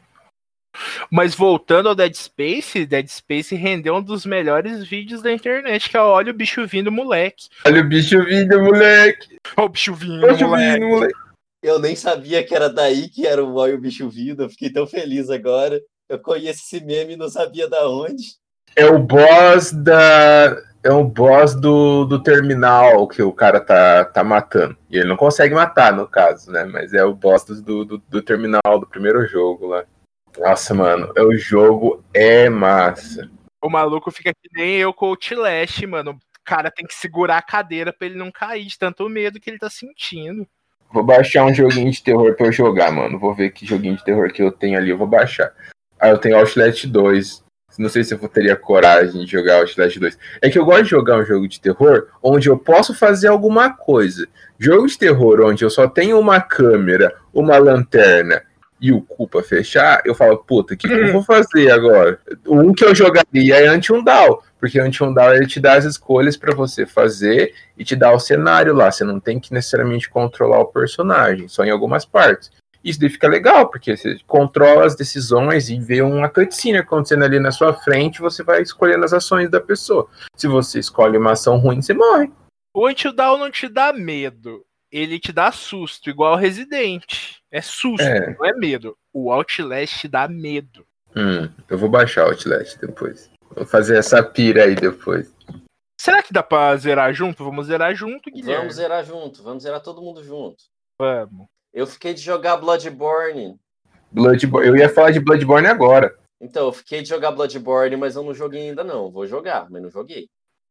Mas voltando ao Dead Space, Dead Space rendeu um dos melhores vídeos da internet, que é olha o bicho vindo, moleque. Olha o bicho vindo, moleque! Olha o bicho vindo, Olha o bicho moleque. vindo, moleque! Eu nem sabia que era daí que era o Oi o Bicho Vindo, eu fiquei tão feliz agora. Eu conheço esse meme e não sabia da onde. É o boss da. É o boss do, do terminal que o cara tá, tá matando. E ele não consegue matar, no caso, né? Mas é o boss do, do, do terminal do primeiro jogo lá. Nossa, mano, o jogo é massa. O maluco fica que nem eu com o Outlast, mano. O cara tem que segurar a cadeira pra ele não cair de tanto medo que ele tá sentindo. Vou baixar um joguinho de terror pra eu jogar, mano. Vou ver que joguinho de terror que eu tenho ali, eu vou baixar. Ah, eu tenho Outlast dois. Não sei se eu teria coragem de jogar Outlast dois. É que eu gosto de jogar um jogo de terror onde eu posso fazer alguma coisa. Jogo de terror onde eu só tenho uma câmera, uma lanterna e o cu pra fechar, eu falo, puta, o que, que eu vou fazer agora? Um que eu jogaria é Until Dawn, porque Until Dawn ele te dá as escolhas pra você fazer e te dá o cenário lá. Você não tem que necessariamente controlar o personagem, só em algumas partes. Isso daí fica legal, porque você controla as decisões e vê uma cutscene acontecendo ali na sua frente, você vai escolhendo as ações da pessoa. Se você escolhe uma ação ruim, você morre. O Until Dawn não te dá medo, ele te dá susto, igual o Resident. É susto, É. não é medo. O Outlast te dá medo. Hum, eu vou baixar o Outlast depois. Vou fazer essa pira aí depois. Será que dá pra zerar junto? Vamos zerar junto, Guilherme. Vamos zerar junto, vamos zerar todo mundo junto. Vamos. Eu fiquei de jogar Bloodborne. Bloodborne. Eu ia falar de Bloodborne agora. Então, eu fiquei de jogar Bloodborne, mas eu não joguei ainda não. Vou jogar, mas não joguei.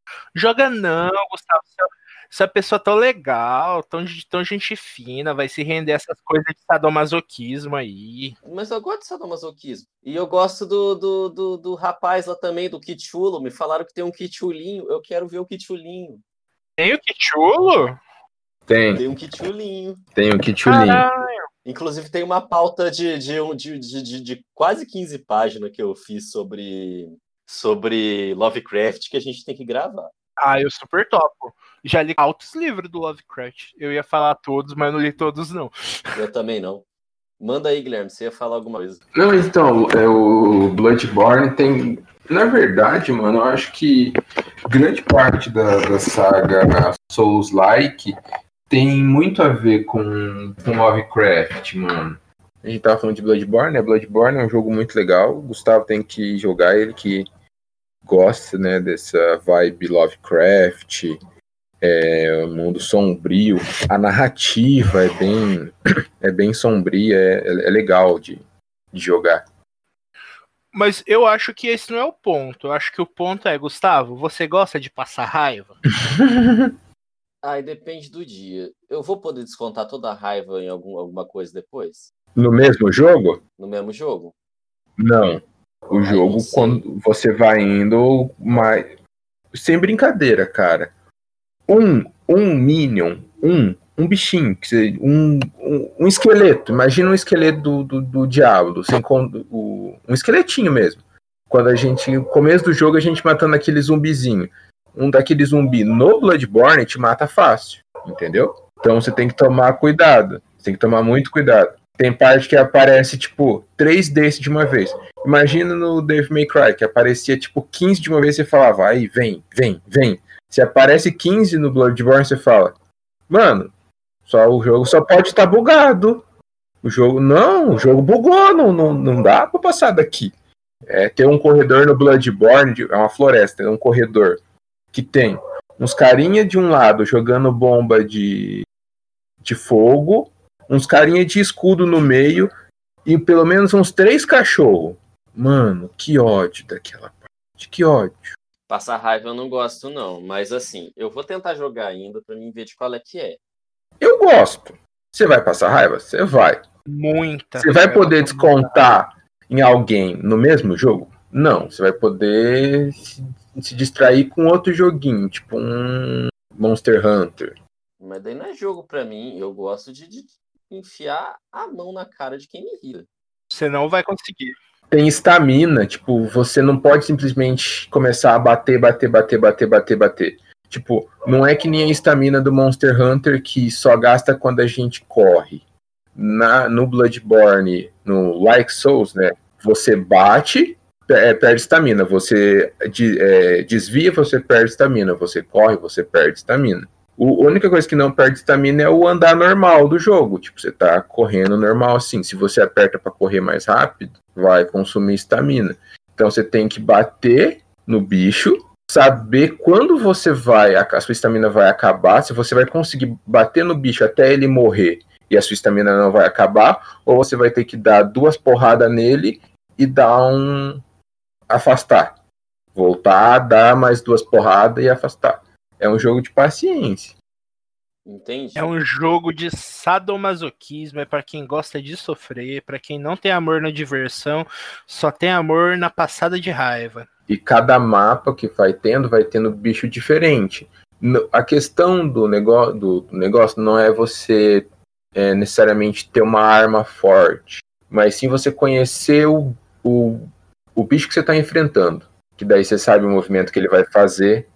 Joga não, Gustavo. Essa pessoa tão legal, tão, tão gente fina, vai se render a essas coisas de sadomasoquismo aí. Mas eu gosto de sadomasoquismo. E eu gosto do, do, do, do rapaz lá também, do Kichulo. Me falaram que tem um Kichulinho. Eu quero ver o Kichulinho. Tem o que chulo? Tem, Tem um Kichulinho. tem o Kitulinho. Caralho. Inclusive tem uma pauta de, de, um- de, de, de- de quase quinze páginas que eu fiz sobre, sobre Lovecraft que a gente tem que gravar. Ah, eu super topo. Já li altos livros do Lovecraft. Eu ia falar todos, mas não li todos, não. Eu também não. Manda aí, Guilherme, você ia falar alguma coisa. Não, então, é, o Bloodborne tem. Na verdade, mano, eu acho que grande parte da, da saga Souls-like tem muito a ver com, com Lovecraft, mano. A gente tava falando de Bloodborne, né? Bloodborne é um jogo muito legal. O Gustavo tem que jogar ele, que gosta, né, dessa vibe Lovecraft, é, o mundo sombrio. A narrativa é bem, é bem sombria, é, é legal de, de jogar. Mas eu acho que esse não é o ponto. Eu acho que o ponto é, Gustavo, você gosta de passar raiva? Ah, e depende do dia. Eu vou poder descontar toda a raiva em algum, alguma coisa depois? No mesmo jogo? No mesmo jogo? Não. O Ai, jogo, não sei. quando você vai indo mais. Sem brincadeira, cara. Um, um Minion, um, um bichinho, que você- um, um, um esqueleto. Imagina um esqueleto do, do, do Diablo, sem con- o, um esqueletinho mesmo. Quando a gente, no começo do jogo, a gente matando aquele zumbizinho. Um daquele zumbi no Bloodborne te mata fácil, entendeu? Então você tem que tomar cuidado. Você tem que tomar muito cuidado. Tem parte que aparece, tipo, três desses de uma vez. Imagina no Devil May Cry, que aparecia, tipo, quinze de uma vez e você falava, aí, vem, vem, vem. Se aparece quinze no Bloodborne, você fala, mano, só o jogo só pode estar bugado. O jogo, não, o jogo bugou, não, não, não dá pra passar daqui. É, tem um corredor no Bloodborne, é uma floresta, é um corredor que tem uns carinha de um lado jogando bomba de, de fogo, uns carinha de escudo no meio e pelo menos uns três cachorros. Mano, que ódio daquela parte, que ódio. Passar raiva eu não gosto, não. Mas assim, eu vou tentar jogar ainda pra mim ver de qual é que é. Eu gosto. Você vai passar raiva? Você vai. Muita. Você vai raiva, poder muita raiva. descontar em alguém no mesmo jogo? Não. Você vai poder se, se distrair com outro joguinho, tipo um Monster Hunter. Mas daí não é jogo pra mim. Eu gosto de, de enfiar a mão na cara de quem me irrita. Você não vai conseguir. Tem estamina, tipo, você não pode simplesmente começar a bater, bater, bater, bater, bater, bater. Tipo, não é que nem a estamina do Monster Hunter que só gasta quando a gente corre. Na, no Bloodborne, no Like Souls, né? Você bate, é, perde estamina. Você de, é, desvia, você perde estamina. Você corre, você perde estamina. A única coisa que não perde estamina é o andar normal do jogo. Tipo, você tá correndo normal assim. Se você aperta para correr mais rápido, vai consumir estamina. Então você tem que bater no bicho, saber quando você vai, a sua estamina vai acabar, se você vai conseguir bater no bicho até ele morrer e a sua estamina não vai acabar, ou você vai ter que dar duas porradas nele e dar um afastar. Voltar, dar mais duas porradas e afastar. É um jogo de paciência. Entende? É um jogo de sadomasoquismo, é pra quem gosta de sofrer, pra quem não tem amor na diversão, só tem amor na passada de raiva. E cada mapa que vai tendo, vai tendo bicho diferente. A questão do negócio, do negócio não é você é, necessariamente ter uma arma forte, mas sim você conhecer o, o, o bicho que você está enfrentando. Que daí você sabe o movimento que ele vai fazer.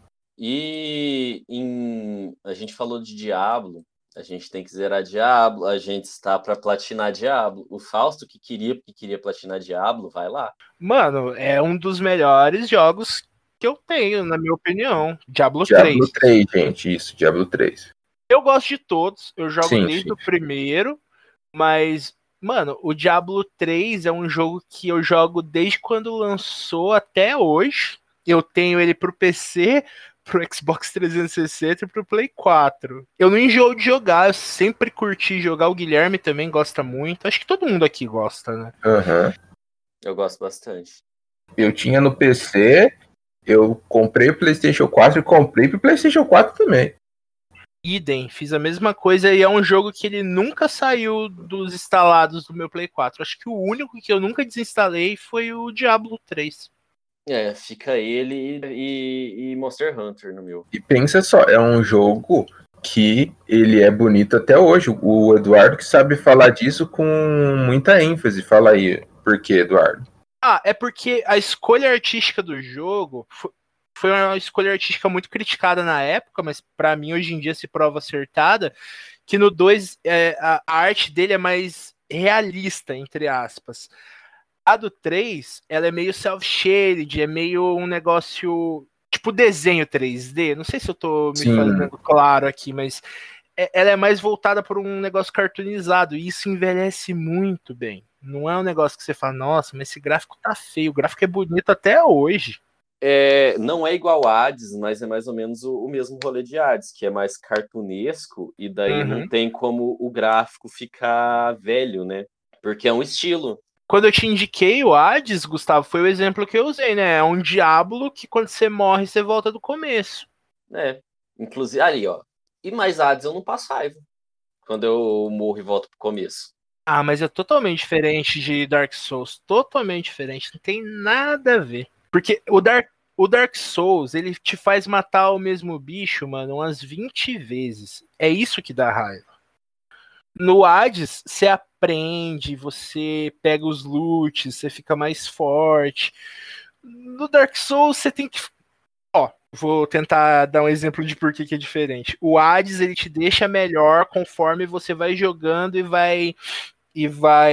E em... a gente falou de Diablo, a gente tem que zerar Diablo, a gente está para platinar Diablo. O Fausto que queria, que queria platinar Diablo, vai lá. Mano, é um dos melhores jogos que eu tenho, na minha opinião. Diablo, Diablo três. três, gente, isso, Diablo três. Eu gosto de todos, eu jogo Sim, desde sim. o primeiro, mas, mano, o Diablo três é um jogo que eu jogo desde quando lançou até hoje. Eu tenho ele pro P C, pro Xbox trezentos e sessenta e pro Play quatro. Eu não enjoo de jogar, eu sempre curti jogar. O Guilherme também gosta muito. Acho que todo mundo aqui gosta, né? Uhum. Eu gosto bastante. Eu tinha no P C, eu comprei o PlayStation quatro e comprei pro PlayStation quatro também. Idem, fiz a mesma coisa e é um jogo que ele nunca saiu dos instalados do meu Play quatro. Acho que o único que eu nunca desinstalei foi o Diablo três. É, fica ele e, e Monster Hunter no meu. E pensa só, é um jogo que ele é bonito até hoje. O Eduardo que sabe falar disso com muita ênfase. Fala aí, por quê, Eduardo? Ah, é porque a escolha artística do jogo foi uma escolha artística muito criticada na época, mas pra mim hoje em dia se prova acertada, que no dois é, a arte dele é mais realista, entre aspas. A do três, ela é meio self-shaded, é meio um negócio tipo desenho três D. Não sei se eu tô me Sim. fazendo claro aqui, mas é, ela é mais voltada por um negócio cartoonizado, e isso envelhece muito bem. Não é um negócio que você fala, nossa, mas esse gráfico tá feio, o gráfico é bonito até hoje. É, não é igual a Hades, mas é mais ou menos o, o mesmo rolê de Hades, que é mais cartunesco, e daí Uhum. não tem como o gráfico ficar velho, né? Porque é um estilo. Quando eu te indiquei o Hades, Gustavo, foi o exemplo que eu usei, né? É um diabo que quando você morre, você volta do começo. É, inclusive, ali, ó. E mais Hades eu não passo raiva. Quando eu morro e volto pro começo. Ah, mas é totalmente diferente de Dark Souls. Totalmente diferente. Não tem nada a ver. Porque o Dark, o Dark Souls, ele te faz matar o mesmo bicho, mano, umas vinte vezes. É isso que dá raiva. No Hades, você aprende, você pega os loots, você fica mais forte. No Dark Souls, você tem que... Ó, vou tentar dar um exemplo de por que que é diferente. O Hades, ele te deixa melhor conforme você vai jogando e vai... e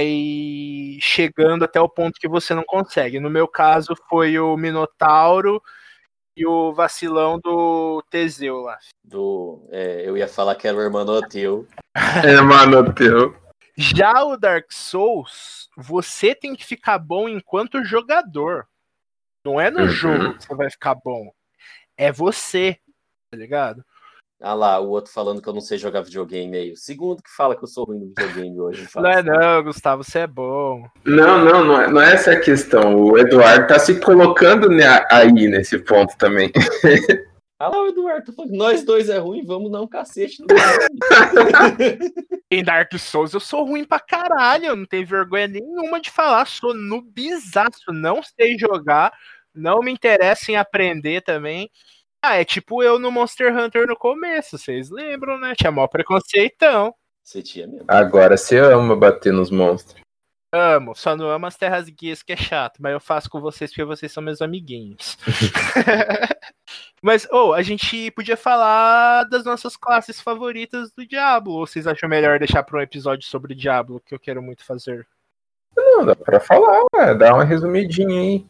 vai chegando até o ponto que você não consegue. No meu caso, foi o Minotauro e o vacilão do Teseu lá. Do, é, eu ia falar que era o Hermanoteu. É, mano, teu. Já o Dark Souls, você tem que ficar bom enquanto jogador. Não é no Uhum. jogo que você vai ficar bom. É você, tá ligado? Ah lá, o outro falando que eu não sei jogar videogame aí. O segundo que fala que eu sou ruim no videogame hoje. Não é não, Gustavo, você é bom. Não, não, não é, não é essa a questão. O Eduardo tá se colocando ne- aí nesse ponto também. Ah lá, o Eduardo tá falando que nós dois é ruim, vamos dar um cacete no videogame. Em Dark Souls eu sou ruim pra caralho, eu não tenho vergonha nenhuma de falar, sou nubizaço, não sei jogar, não me interessa em aprender também. Ah, é tipo eu no Monster Hunter no começo, vocês lembram, né? Tinha maior preconceitão. Você tinha mesmo. Agora você ama bater nos monstros. Amo, só não amo as terras guias que é chato, mas eu faço com vocês porque vocês são meus amiguinhos. Mas, ô, oh, a gente podia falar das nossas classes favoritas do Diablo, ou vocês acham melhor deixar para um episódio sobre o Diablo, que eu quero muito fazer? Não, dá pra falar, ué, dá uma resumidinha aí.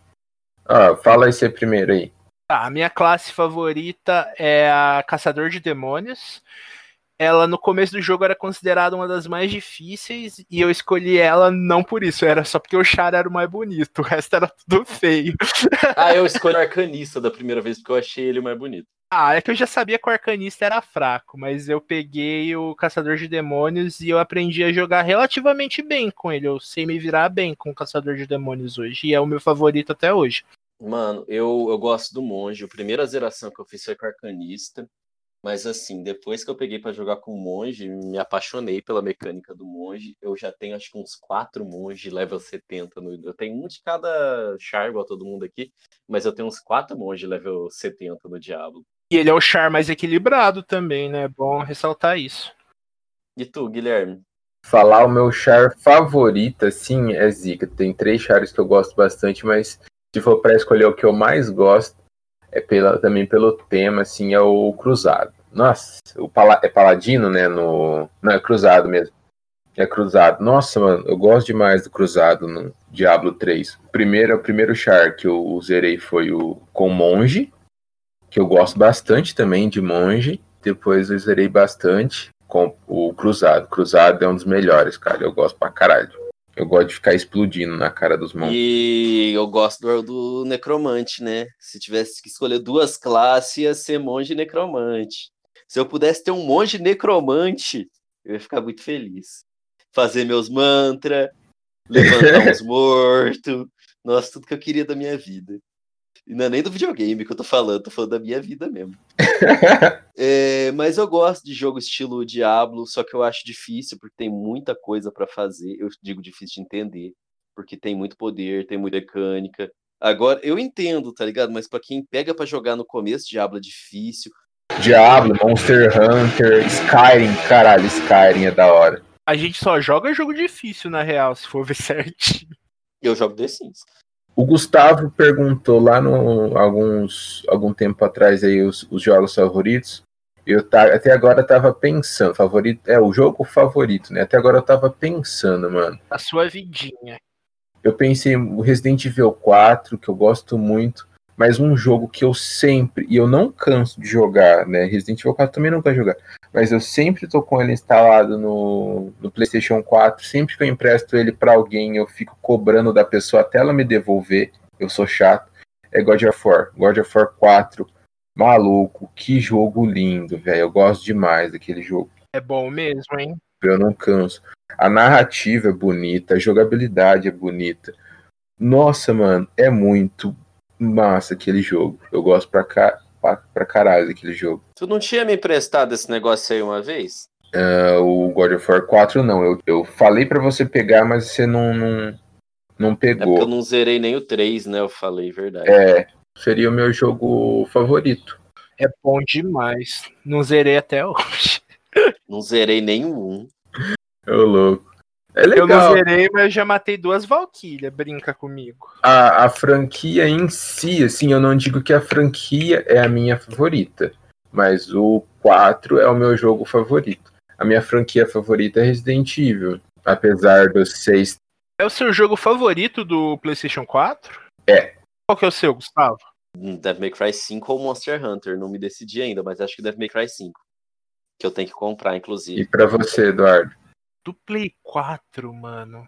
Ó, fala aí você primeiro aí. Tá, a minha classe favorita é a Caçador de Demônios. Ela, no começo do jogo, era considerada uma das mais difíceis, e eu escolhi ela não por isso, era só porque o Char era o mais bonito, o resto era tudo feio. Ah, eu escolhi o Arcanista da primeira vez, porque eu achei ele o mais bonito. Ah, é que eu já sabia que o Arcanista era fraco, mas eu peguei o Caçador de Demônios e eu aprendi a jogar relativamente bem com ele, eu sei me virar bem com o Caçador de Demônios hoje, e é o meu favorito até hoje. Mano, eu, eu gosto do Monge, a primeira zeração que eu fiz foi com o Arcanista. Mas assim, depois que eu peguei pra jogar com o Monge, me apaixonei pela mecânica do Monge. Eu já tenho acho que uns quatro Monge level setenta. No... Eu tenho um de cada char, igual todo mundo aqui, mas eu tenho uns quatro Monge level setenta no Diablo. E ele é o char mais equilibrado também, né? É bom ressaltar isso. E tu, Guilherme? Falar o meu char favorito, assim, é Zika. Tem três chars que eu gosto bastante, mas se for pra escolher o que eu mais gosto, é pela, também pelo tema, assim, é o Cruzado. Nossa, o pala, é Paladino, né? No, não, é Cruzado mesmo. É Cruzado. Nossa, mano, eu gosto demais do Cruzado no Diablo três. O primeiro, o primeiro char que eu zerei foi o com Monge, que eu gosto bastante também de Monge. Depois eu zerei bastante com o Cruzado. Cruzado é um dos melhores, cara. Eu gosto pra caralho. Eu gosto de ficar explodindo na cara dos monstros. E eu gosto do, do Necromante, né? Se tivesse que escolher duas classes, ia ser Monge e Necromante. Se eu pudesse ter um Monge Necromante, eu ia ficar muito feliz. Fazer meus mantras, levantar uns mortos. Nossa, tudo que eu queria da minha vida. E não é nem do videogame que eu tô falando, tô falando da minha vida mesmo. É, mas eu gosto de jogo estilo Diablo, só que eu acho difícil, porque tem muita coisa pra fazer. Eu digo difícil de entender, porque tem muito poder, tem muita mecânica. Agora, eu entendo, tá ligado? Mas pra quem pega pra jogar no começo, Diablo é difícil. Diablo, Monster Hunter, Skyrim, caralho, Skyrim é da hora. A gente só joga jogo difícil, na real, se for ver certinho. Eu jogo The Sims. O Gustavo perguntou lá no alguns algum tempo atrás aí os, os jogos favoritos. Eu tá, até agora tava pensando, favorito é o jogo favorito, né? Até agora eu tava pensando, mano. A sua vidinha. Eu pensei o Resident Evil quatro, que eu gosto muito, mas um jogo que eu sempre, e eu não canso de jogar, né? Resident Evil quatro também não canso de jogar, mas eu sempre tô com ele instalado no, no PlayStation quatro, sempre que eu empresto ele pra alguém, eu fico cobrando da pessoa até ela me devolver, eu sou chato, é God of War. God of War quatro, maluco, que jogo lindo, velho, eu gosto demais daquele jogo. É bom mesmo, hein? Eu não canso. A narrativa é bonita, a jogabilidade é bonita. Nossa, mano, é muito massa aquele jogo. Eu gosto pra, ca... pra, pra caralho daquele jogo. Tu não tinha me emprestado esse negócio aí uma vez? Uh, o God of War quatro, não. Eu, eu falei pra você pegar, mas você não, não, não É porque pegou. eu não zerei nem o três, né? Eu falei, verdade. É, seria o meu jogo favorito. É bom demais. Não zerei até hoje. Não zerei nenhum. Ô, louco. É Eu não legal. zerei, mas eu já matei duas Valkyrias. Brinca comigo. A, a franquia em si, assim, eu não digo que a franquia é a minha favorita, mas o quatro é o meu jogo favorito. A minha franquia favorita é Resident Evil, apesar dos seis. É o seu jogo favorito do PlayStation quatro? É. Qual que é o seu, Gustavo? Devil May Cry cinco ou Monster Hunter, não me decidi ainda, mas acho que Devil May Cry cinco. Que eu tenho que comprar, inclusive. E pra você, Eduardo? Do Play quatro, mano.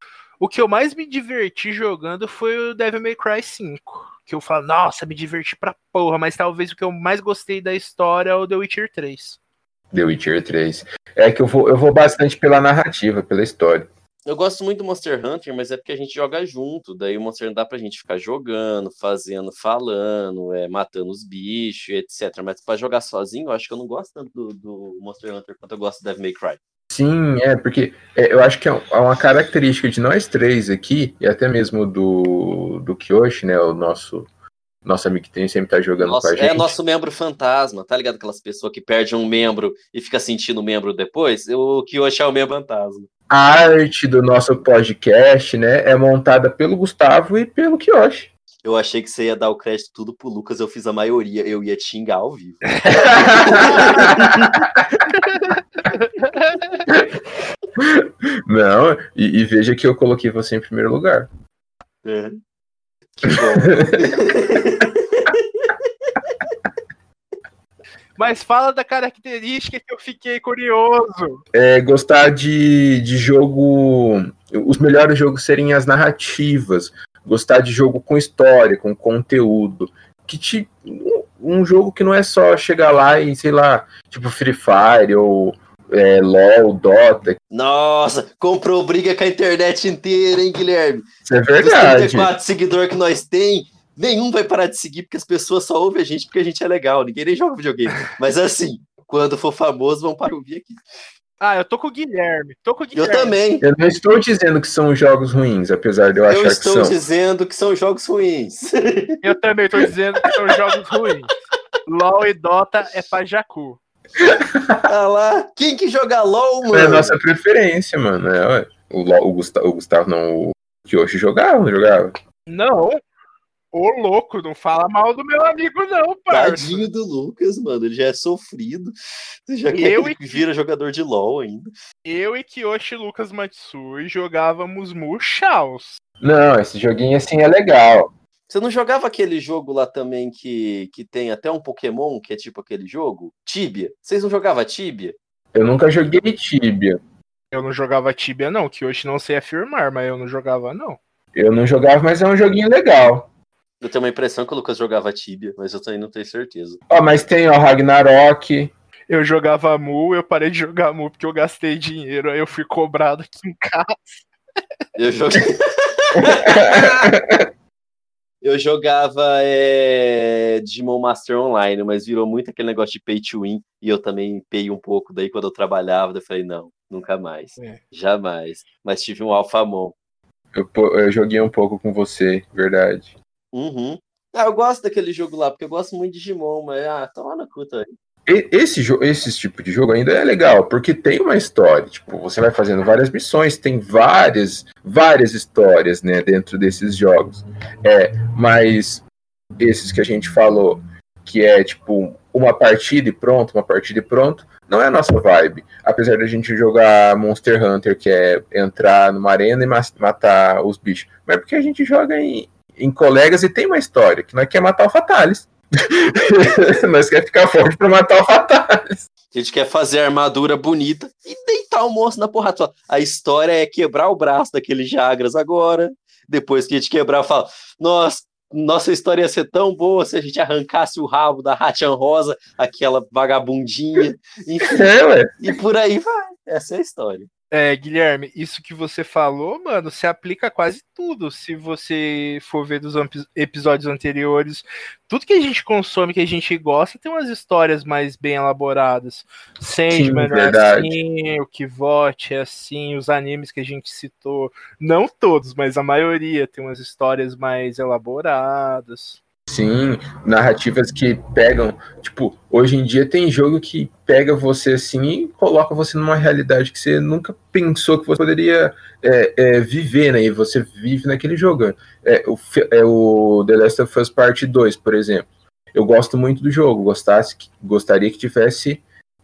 O que eu mais me diverti jogando foi o Devil May Cry cinco. Que eu falo, nossa, me diverti pra porra. Mas talvez o que eu mais gostei da história é o The Witcher três. The Witcher três. É que eu vou, eu vou bastante pela narrativa, pela história. Eu gosto muito do Monster Hunter, mas é porque a gente joga junto. Daí o Monster Hunter dá pra gente ficar jogando, fazendo, falando, é, matando os bichos, etcétera. Mas pra jogar sozinho, eu acho que eu não gosto tanto do, do Monster Hunter quanto eu gosto do Devil May Cry. Sim, é, porque é, eu acho que é uma característica de nós três aqui, e até mesmo do, do Kiyoshi, né, o nosso, nosso amigo que tem, sempre tá jogando Nossa, com a gente. é nosso membro fantasma, tá ligado? Aquelas pessoas que perdem um membro e fica sentindo o membro depois. O Kiyoshi é o membro fantasma. A arte do nosso podcast, né, é montada pelo Gustavo e pelo Kiyoshi. Eu achei que você ia dar o crédito tudo pro Lucas, eu fiz a maioria, eu ia te xingar ao vivo. Não, e, e veja que eu coloquei você em primeiro lugar. É. Que bom. Mas fala da característica que eu fiquei curioso. É, gostar de, de jogo... Os melhores jogos serem as narrativas. Gostar de jogo com história, com conteúdo. Que te, um jogo que não é só chegar lá e, sei lá, tipo Free Fire ou é, LOL, Dota. Nossa, comprou briga com a internet inteira, hein, Guilherme? Isso é Dos verdade. trinta e quatro seguidores que nós tem, nenhum vai parar de seguir, porque as pessoas só ouvem a gente porque a gente é legal. Ninguém nem joga videogame. Mas assim, quando for famoso, vão parar de ouvir aqui. Ah, eu tô com o Guilherme. Tô com o Eu Guilherme. também. Eu não estou dizendo que são jogos ruins, apesar de eu achar Eu que estou são. dizendo que são jogos ruins. Eu também tô dizendo que são jogos ruins. LOL e Dota é pra Jacu. Ah lá, quem que joga LOL, mano? É a nossa preferência, mano. É, ué. o, LOL, o, Gustavo, o Gustavo não, o Kiyoshi jogava, não jogava? Não. Ô, louco, não fala mal do meu amigo, não, parça. Tadinho do Lucas, mano. Ele já é sofrido. Você já quer Eu que e- ele vira jogador de LOL ainda. Eu e Kiyoshi Lucas Matsui jogávamos Mushaus. Não, esse joguinho assim é legal. Você não jogava aquele jogo lá também que, que tem até um Pokémon, que é tipo aquele jogo? Tibia. Vocês não jogavam Tibia? Eu nunca joguei Tibia. Eu não jogava Tibia, não. Kiyoshi não sei afirmar, mas eu não jogava, não. Eu não jogava, mas é um joguinho legal. Eu tenho uma impressão que o Lucas jogava Tibia, mas eu também não tenho certeza. Ó, mas tem o Ragnarok. Eu jogava Mu, eu parei de jogar Mu porque eu gastei dinheiro, aí eu fui cobrado aqui em casa. Eu joguei. Eu jogava é, Digimon Master Online, mas virou muito aquele negócio de pay to win, e eu também pay um pouco daí quando eu trabalhava, daí eu falei, não, nunca mais, É. jamais. Mas tive um Alphamon. Eu, pô, eu joguei um pouco com você, verdade. Uhum. Ah, eu gosto daquele jogo lá, porque eu gosto muito de Digimon, mas ah, toma no cu também. esse, esse tipo de jogo ainda é legal, porque tem uma história. Tipo, você vai fazendo várias missões, tem várias, várias histórias, né, dentro desses jogos. É, mas esses que a gente falou, que é tipo uma partida e pronto, uma partida e pronto, não é a nossa vibe. Apesar da gente jogar Monster Hunter, que é entrar numa arena e matar os bichos. Mas é porque a gente joga em, em colegas e tem uma história, que nós quer matar o Fatalis. Nós quer ficar forte pra matar o Fatalis. A gente quer fazer a armadura bonita e deitar o monstro na porrada. A história é quebrar o braço daquele Jagras agora. Depois que a gente quebrar, fala, nossa, nossa história ia ser tão boa se a gente arrancasse o rabo da Hatchan Rosa, aquela vagabundinha. Enfim, é, ué. E por aí vai. Essa é a história. É, Guilherme, isso que você falou, mano, se aplica a quase tudo. Se você for ver dos episódios anteriores, tudo que a gente consome, que a gente gosta, tem umas histórias mais bem elaboradas. Sandman é assim, o Kvote é assim, os animes que a gente citou, não todos, mas a maioria tem umas histórias mais elaboradas. Sim, narrativas que pegam, tipo, hoje em dia tem jogo que pega você assim e coloca você numa realidade que você nunca pensou que você poderia é, é, viver, né, e você vive naquele jogo. É, o, é, o The Last of Us Part dois, por exemplo, eu gosto muito do jogo, gostasse, gostaria que tivesse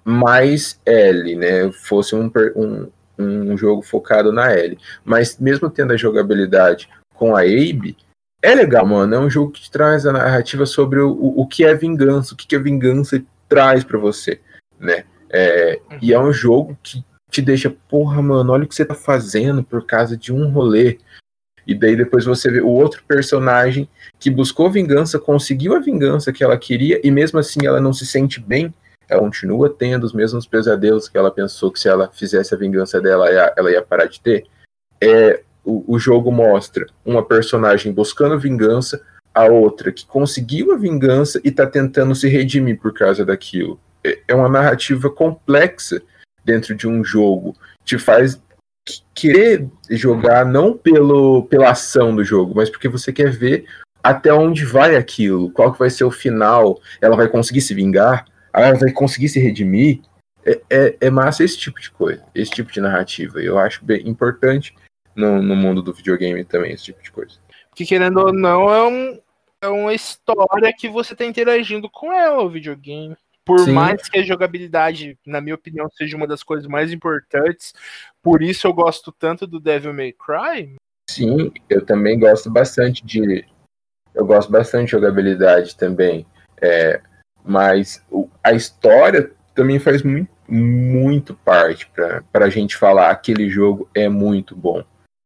mais L, né, fosse um, um, um jogo focado na L, mas mesmo tendo a jogabilidade com a Abby, é legal, mano. É um jogo que te traz a narrativa sobre o, o, o que é vingança, o que, que a vingança traz pra você, né? É, e é um jogo que te deixa, porra, mano, olha o que você tá fazendo por causa de um rolê. E daí depois você vê o outro personagem que buscou vingança, conseguiu a vingança que ela queria, e mesmo assim ela não se sente bem. Ela continua tendo os mesmos pesadelos que ela pensou que se ela fizesse a vingança dela, ela ia parar de ter. É... O, o jogo mostra uma personagem buscando vingança, a outra que conseguiu a vingança e tá tentando se redimir por causa daquilo. É, é uma narrativa complexa dentro de um jogo. Te faz querer jogar não pelo, pela ação do jogo, mas porque você quer ver até onde vai aquilo, qual que vai ser o final, ela vai conseguir se vingar, ela vai conseguir se redimir. É, é, é massa esse tipo de coisa, esse tipo de narrativa. Eu acho bem importante No, no mundo do videogame também, esse tipo de coisa. Que querendo ou não, é, um, é uma história que você tá interagindo com ela, o videogame. Por Sim. mais que a jogabilidade, na minha opinião, seja uma das coisas mais importantes, por isso eu gosto tanto do Devil May Cry. Sim, eu também gosto bastante de... Eu gosto bastante de jogabilidade também. É, mas a história também faz muito, muito parte pra, pra gente falar aquele jogo é muito bom.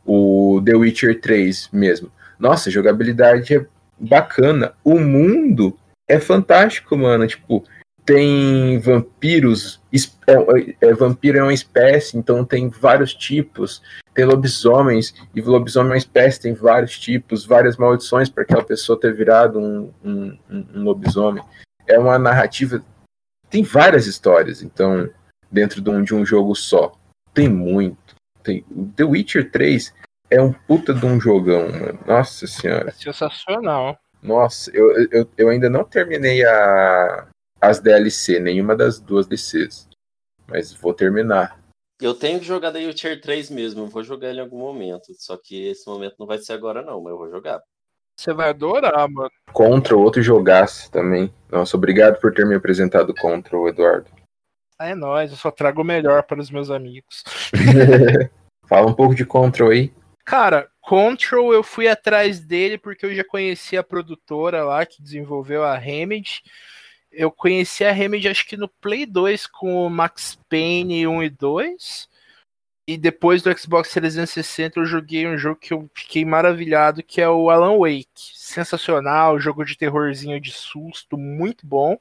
O The Witcher três mesmo. Nossa, a jogabilidade é bacana. O mundo é fantástico, mano. Tipo, tem vampiros. É, é, vampiro é uma espécie, então tem vários tipos. Tem lobisomens, e lobisomem é uma espécie, tem vários tipos, várias maldições para aquela pessoa ter virado um, um, um lobisomem. É uma narrativa. Tem várias histórias, então, dentro de um, de um jogo só. Tem muito. Tem, The Witcher três é um puta de um jogão, mano. Nossa senhora. É sensacional. Nossa, eu, eu, eu ainda não terminei a, as D L C, nenhuma das duas D L Cs. Mas vou terminar. Eu tenho que jogar The Witcher três mesmo, eu vou jogar ele em algum momento. Só que esse momento não vai ser agora não, mas eu vou jogar. Você vai adorar, mano. Contra o outro jogaço também. Nossa, obrigado por ter me apresentado Contra o Eduardo. É nóis, eu só trago o melhor para os meus amigos. Fala um pouco de Control aí. Cara, Control eu fui atrás dele porque eu já conhecia a produtora lá que desenvolveu a Remedy. Eu conheci a Remedy acho que no Play dois com o Max Payne um e dois. E depois do Xbox trezentos e sessenta eu joguei um jogo que eu fiquei maravilhado, que é o Alan Wake. Sensacional, jogo de terrorzinho de susto, muito bom.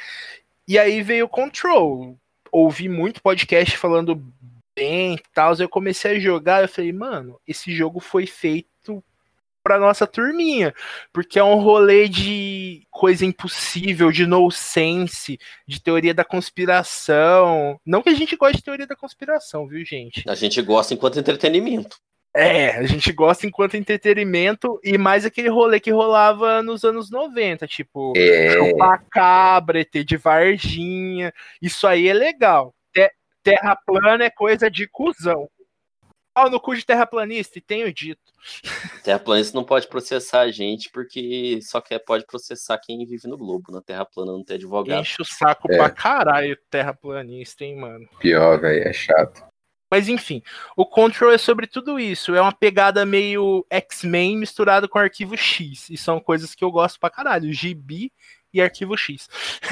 E aí veio o Control. Ouvi muito podcast falando bem e tal, eu comecei a jogar, eu falei, mano, esse jogo foi feito pra nossa turminha, porque é um rolê de coisa impossível, de nonsense, de teoria da conspiração. Não que a gente goste de teoria da conspiração, viu, gente? A gente gosta enquanto entretenimento. É, a gente gosta enquanto entretenimento e mais aquele rolê que rolava nos anos noventa, tipo, É. Chupacabra, E T de Varginha, isso aí é legal. Te- Terra plana é coisa de cuzão. Pau no cu de terraplanista, e tenho dito. Terraplanista não pode processar a gente porque só quer, pode processar quem vive no globo. Na Terra plana não tem advogado. Enche o saco É. pra caralho terraplanista, hein, mano. Pior, velho, é chato. Mas enfim, o Control é sobre tudo isso. É uma pegada meio X-Men misturado com Arquivo X. E são coisas que eu gosto pra caralho. Gibi e Arquivo X.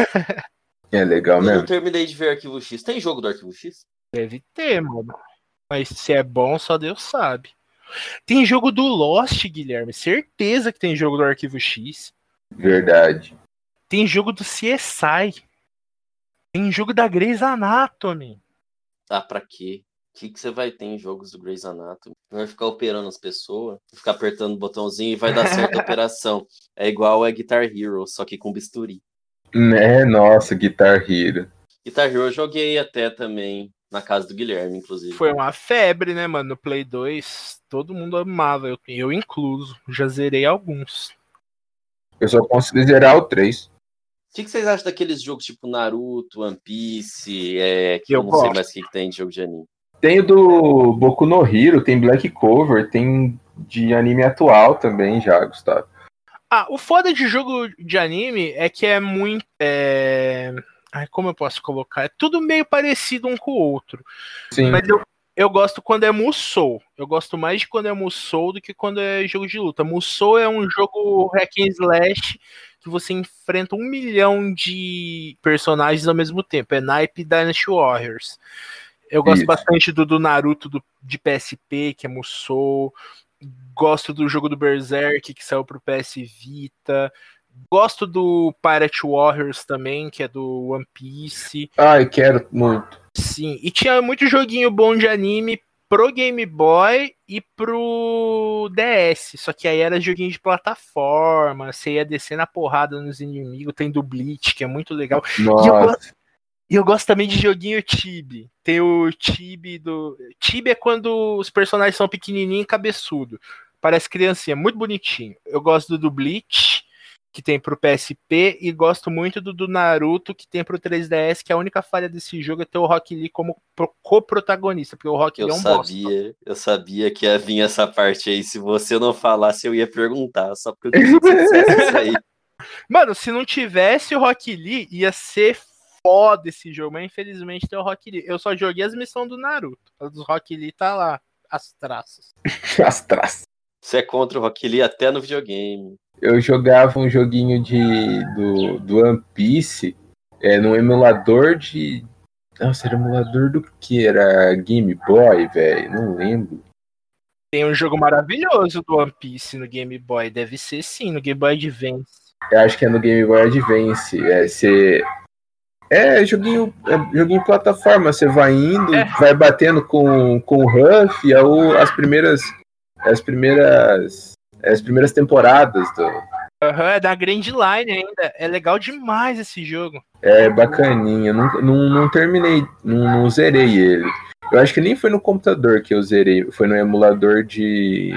É legal Eu não mesmo. terminei de ver Arquivo X. Tem jogo do Arquivo X? Deve ter, mano. Mas se é bom, só Deus sabe. Tem jogo do Lost, Guilherme. Certeza que tem jogo do Arquivo X. Verdade. Tem jogo do C S I. Tem jogo da Grey's Anatomy. Ah, pra quê? O que, que você vai ter em jogos do Grey's Anatomy? Vai ficar operando as pessoas, ficar apertando o botãozinho e vai dar certa operação. É igual a Guitar Hero, só que com bisturi. Né, nossa, Guitar Hero. Guitar Hero eu joguei até também na casa do Guilherme, inclusive. Foi uma febre, né, mano? No Play dois, todo mundo amava, eu, eu incluso. Já zerei alguns. Eu só consegui zerar o três. O que, que vocês acham daqueles jogos tipo Naruto, One Piece, é, que Eu eu, não sei gosto. mais o que, que tem de jogo de anime? Tem o do Boku no Hero, tem Black Cover, tem de anime atual também já, Gustavo. Ah, o foda de jogo de anime é que é muito. É... Ai, como eu posso colocar? É tudo meio parecido um com o outro. Sim. Mas eu, eu gosto quando é Musou. Eu gosto mais de quando é Musou do que quando é jogo de luta. Musou é um jogo hack and slash que você enfrenta um milhão de personagens ao mesmo tempo. É naipe Dynasty Warriors. Eu gosto Isso. bastante do, do Naruto do, de P S P, que é Musou. Gosto do jogo do Berserk, que saiu pro P S Vita. Gosto do Pirate Warriors também, que é do One Piece. Ai, quero muito. Sim, e tinha muito joguinho bom de anime pro Game Boy e pro D S. Só que aí era joguinho de plataforma, você ia descer na porrada nos inimigos. Tem do Bleach, que é muito legal. E eu, Nossa. gosto, e eu gosto também de joguinho Chibi. Tem o Chibi do... Chibi é quando os personagens são pequenininho e cabeçudo. Parece criancinha, muito bonitinho. Eu gosto do, do Bleach, que tem pro P S P, e gosto muito do, do Naruto, que tem pro três D S, que a única falha desse jogo é ter o Rock Lee como pro, co-protagonista, porque o Rock Eu Lee é um bosta. sabia, eu sabia que ia vir essa parte aí. Se você não falasse, eu ia perguntar, só porque eu queria que você dissesse isso aí. Mano, se não tivesse o Rock Lee, ia ser foda esse jogo, mas infelizmente tem o Rock Lee. Eu só joguei as missões do Naruto. A dos Rock Lee tá lá, as traças. As traças. Você é contra o Rock Lee até no videogame. Eu jogava um joguinho de, do, do One Piece é, num emulador de... Nossa, era emulador do que? Era Game Boy, velho? Não lembro. Tem um jogo maravilhoso do One Piece no Game Boy. Deve ser sim, no Game Boy Advance. Eu acho que é no Game Boy Advance. É, você... é joguinho, é joguinho plataforma. Você vai indo, É. vai batendo com, com o Ruff e aí as primeiras... As primeiras... As primeiras temporadas do... Uhum, é da Grand Line ainda. É legal demais esse jogo. É bacaninha. Não, não, não terminei, não, não zerei ele. Eu acho que nem foi no computador que eu zerei. Foi no emulador de,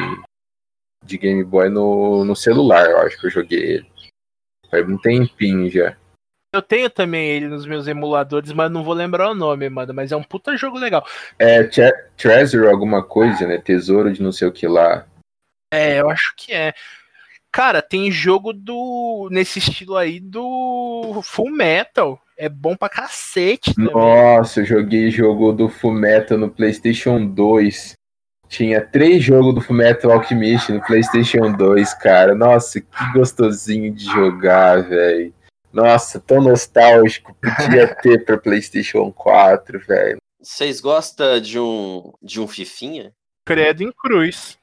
de Game Boy no, no celular, eu acho que eu joguei ele. Faz um tempinho já. Eu tenho também ele nos meus emuladores, mas não vou lembrar o nome, mano. Mas é um puta jogo legal. É tre- Treasure alguma coisa, né? Tesouro de não sei o que lá. É, eu acho que é. Cara, tem jogo do nesse estilo aí do Full Metal. É bom pra cacete também. Nossa, eu joguei jogo do Fullmetal no PlayStation dois. Tinha três jogos do Fullmetal Alchemist no PlayStation dois, cara. Nossa, que gostosinho de jogar, velho. Nossa, tão nostálgico. Podia ter pra PlayStation quatro, velho. Vocês gostam de um, de um fifinha? Credo em cruz.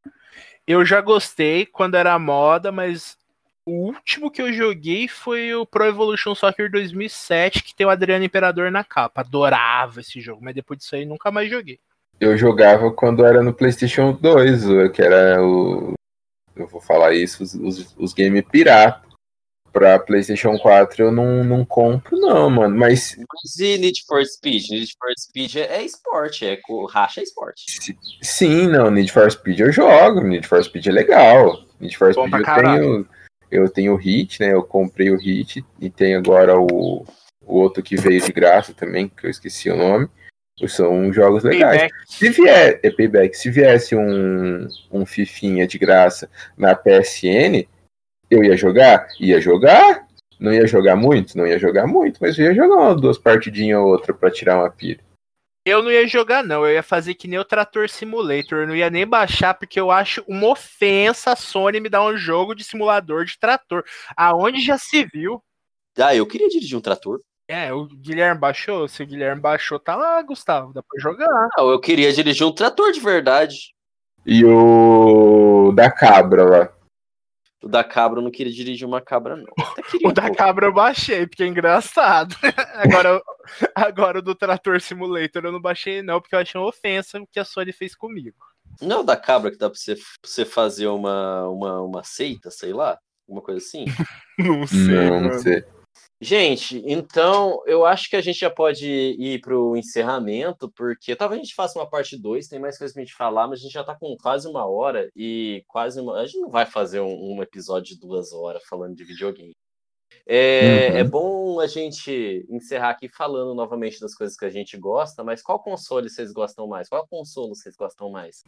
Eu já gostei quando era moda, mas o último que eu joguei foi o Pro Evolution Soccer dois mil e sete, que tem o Adriano Imperador na capa. Adorava esse jogo, mas depois disso aí nunca mais joguei. Eu jogava quando era no PlayStation dois, que era o... Eu vou falar isso, os, os, os games pirata. pra PlayStation quatro eu não, não compro, não, mano. Mas. Mas e Need for Speed? Need for Speed é, é esporte, é racha é esporte. Sim, não, Need for Speed eu jogo, Need for Speed é legal. Need for Bom Speed pra eu caralho. tenho. Eu tenho o Hit, né? Eu comprei o Hit e tenho agora o, o outro que veio de graça também, que eu esqueci o nome. São jogos legais. Payback. Se vier, é Payback, se viesse um, um Fifinha de graça na P S N, eu ia jogar? Ia jogar. Não ia jogar muito? Não ia jogar muito, mas eu ia jogar umas duas partidinhas ou outra pra tirar uma pilha. Eu não ia jogar, não. Eu ia fazer que nem o Trator Simulator. Eu não ia nem baixar, porque eu acho uma ofensa a Sony me dar um jogo de simulador de trator. Aonde já se viu. Ah, eu queria dirigir um trator. É, o Guilherme baixou. Se o Guilherme baixou, tá lá, Gustavo. Dá pra jogar. Não, eu queria dirigir um trator de verdade. E o da cabra lá. O da cabra eu não queria dirigir uma cabra, não. Até queria O da um pouco. cabra eu baixei, porque é engraçado. Agora, agora o do Trator Simulator eu não baixei, não, porque eu achei uma ofensa o que a Sony fez comigo. Não é o da cabra que dá pra você, pra você fazer uma, uma, uma seita, sei lá? Alguma coisa assim? Não sei. Não, não mano. sei. Gente, então eu acho que a gente já pode ir pro encerramento, porque talvez a gente faça uma parte dois, tem mais coisas pra gente falar, mas a gente já tá com quase uma hora e quase uma. A gente não vai fazer um, um episódio de duas horas falando de videogame. É, Uhum. é bom a gente encerrar aqui falando novamente das coisas que a gente gosta, mas qual console vocês gostam mais? Qual console vocês gostam mais?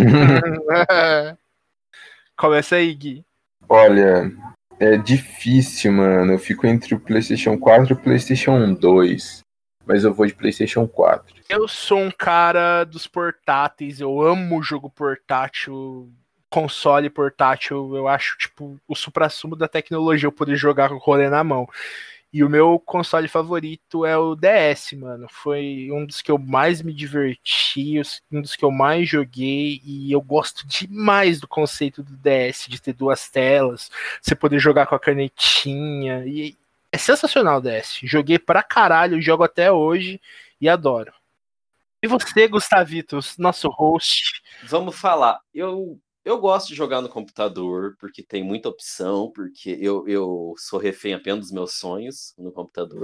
Começa aí, Gui. Olha, é difícil, mano. Eu fico entre o PlayStation quatro e o PlayStation dois. Mas eu vou de PlayStation quatro. Eu sou um cara dos portáteis, eu amo jogo portátil, console portátil, eu acho, tipo, o suprassumo da tecnologia eu poder jogar com o rolê na mão. E o meu console favorito é o D S, mano. Foi um dos que eu mais me diverti, um dos que eu mais joguei, e eu gosto demais do conceito do D S, de ter duas telas, você poder jogar com a canetinha, e é sensacional o D S. Joguei pra caralho, jogo até hoje e adoro. E você, Gustavitos, nosso host? Vamos falar. Eu, eu gosto de jogar no computador, porque tem muita opção, porque eu, eu sou refém apenas dos meus sonhos no computador.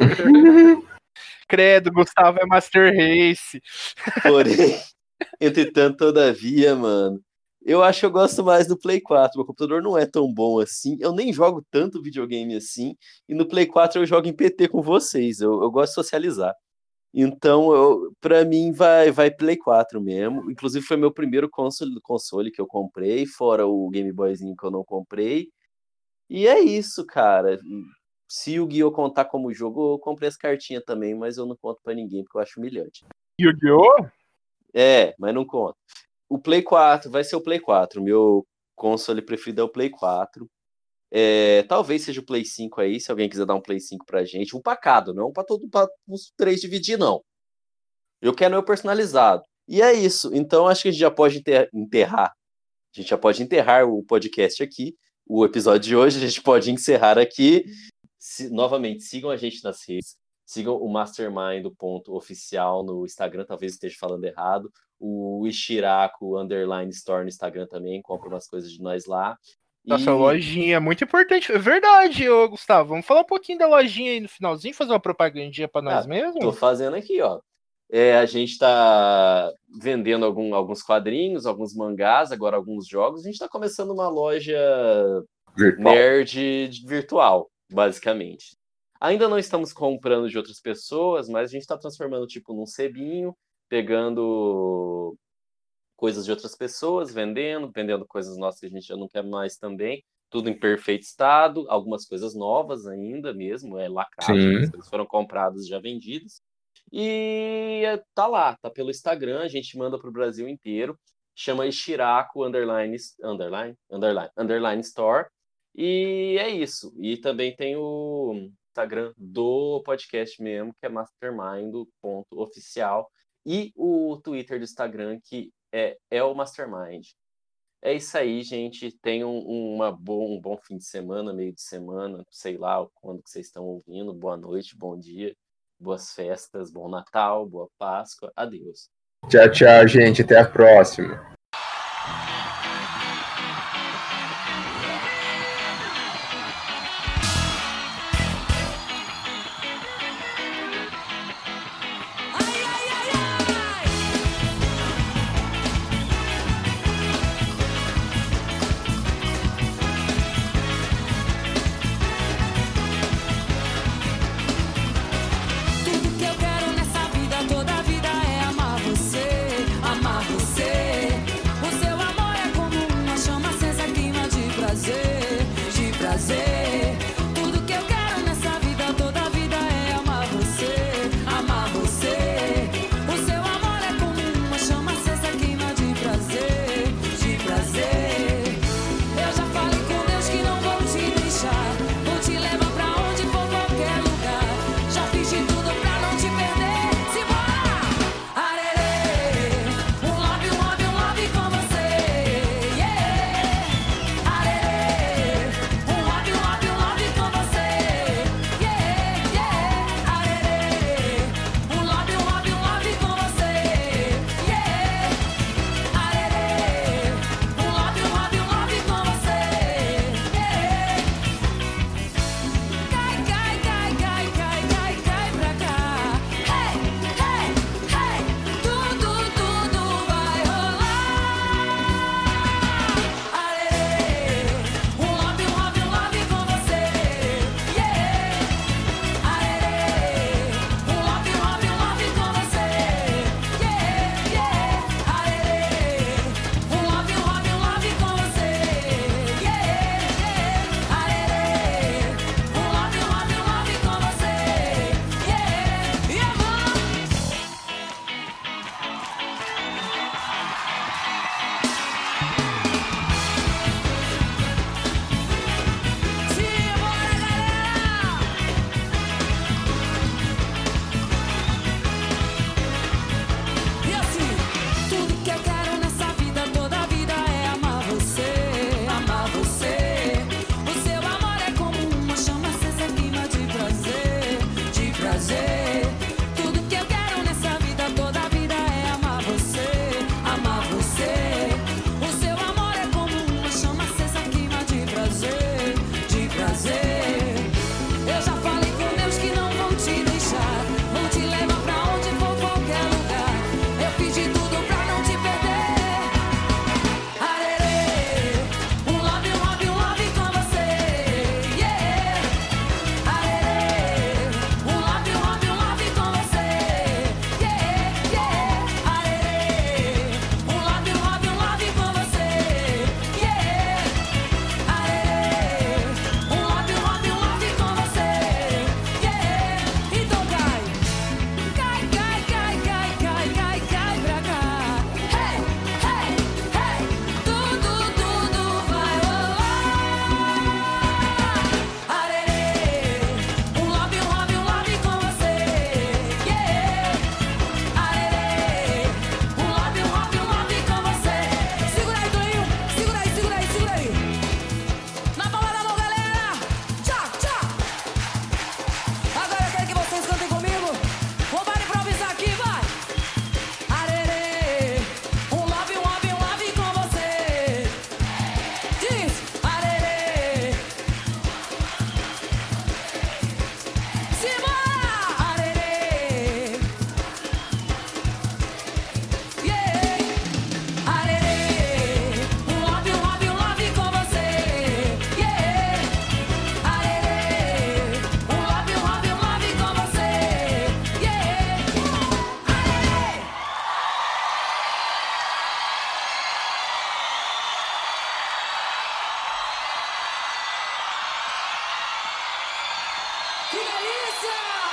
Credo, Gustavo é Master Race. Porém, entretanto, todavia, mano, eu acho que eu gosto mais do Play quatro. Meu computador não é tão bom assim. Eu nem jogo tanto videogame assim. E no Play quatro eu jogo em P T com vocês. Eu, eu gosto de socializar. Então, eu, pra mim, vai, vai Play quatro mesmo. Inclusive, foi meu primeiro console, console que eu comprei, fora o Game Boyzinho que eu não comprei. E é isso, cara. Se o Guio contar como jogo, eu comprei as cartinhas também, mas eu não conto pra ninguém, porque eu acho humilhante. Yu-Gi-Oh? É, mas não conto. O Play quatro vai ser o Play quatro. Meu console preferido é o Play quatro. É, talvez seja o Play cinco aí, se alguém quiser dar um Play cinco pra gente. Um pra cada, não pra todo pra os três dividir, não. Eu quero meu personalizado. E é isso. Então acho que a gente já pode enterrar. A gente já pode enterrar o podcast aqui. O episódio de hoje a gente pode encerrar aqui. Se, novamente, sigam a gente nas redes. Sigam o Mastermind.oficial no Instagram, talvez esteja falando errado. O Ishiraku Underline Store no Instagram também. Compra umas coisas de nós lá. Nossa, E- lojinha é muito importante. É verdade, ô Gustavo. Vamos falar um pouquinho da lojinha aí no finalzinho, fazer uma propagandinha pra nós Ah, mesmo? Tô fazendo aqui, ó. É, a gente tá vendendo algum, alguns quadrinhos, alguns mangás, agora alguns jogos. A gente tá começando uma loja Virtual. nerd virtual, basicamente. Ainda não estamos comprando de outras pessoas, mas a gente está transformando tipo num sebinho, pegando coisas de outras pessoas, vendendo, vendendo coisas nossas que a gente já não quer mais também. Tudo em perfeito estado, algumas coisas novas ainda mesmo, é lacrado, Sim. as coisas foram compradas e já vendidas. E tá lá, tá pelo Instagram, a gente manda pro Brasil inteiro. Chama Ishiraku underline, underline, underline, underline store. E é isso. E também tem o Instagram do podcast mesmo, que é mastermind.oficial. E o Twitter do Instagram, que é, é o Mastermind. É isso aí, gente. Tenham um, uma bom, um bom fim de semana, meio de semana, sei lá quando que vocês estão ouvindo. Boa noite, bom dia, boas festas, bom Natal, boa Páscoa. Adeus. Tchau, tchau, gente. Até a próxima.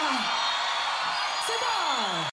Seba!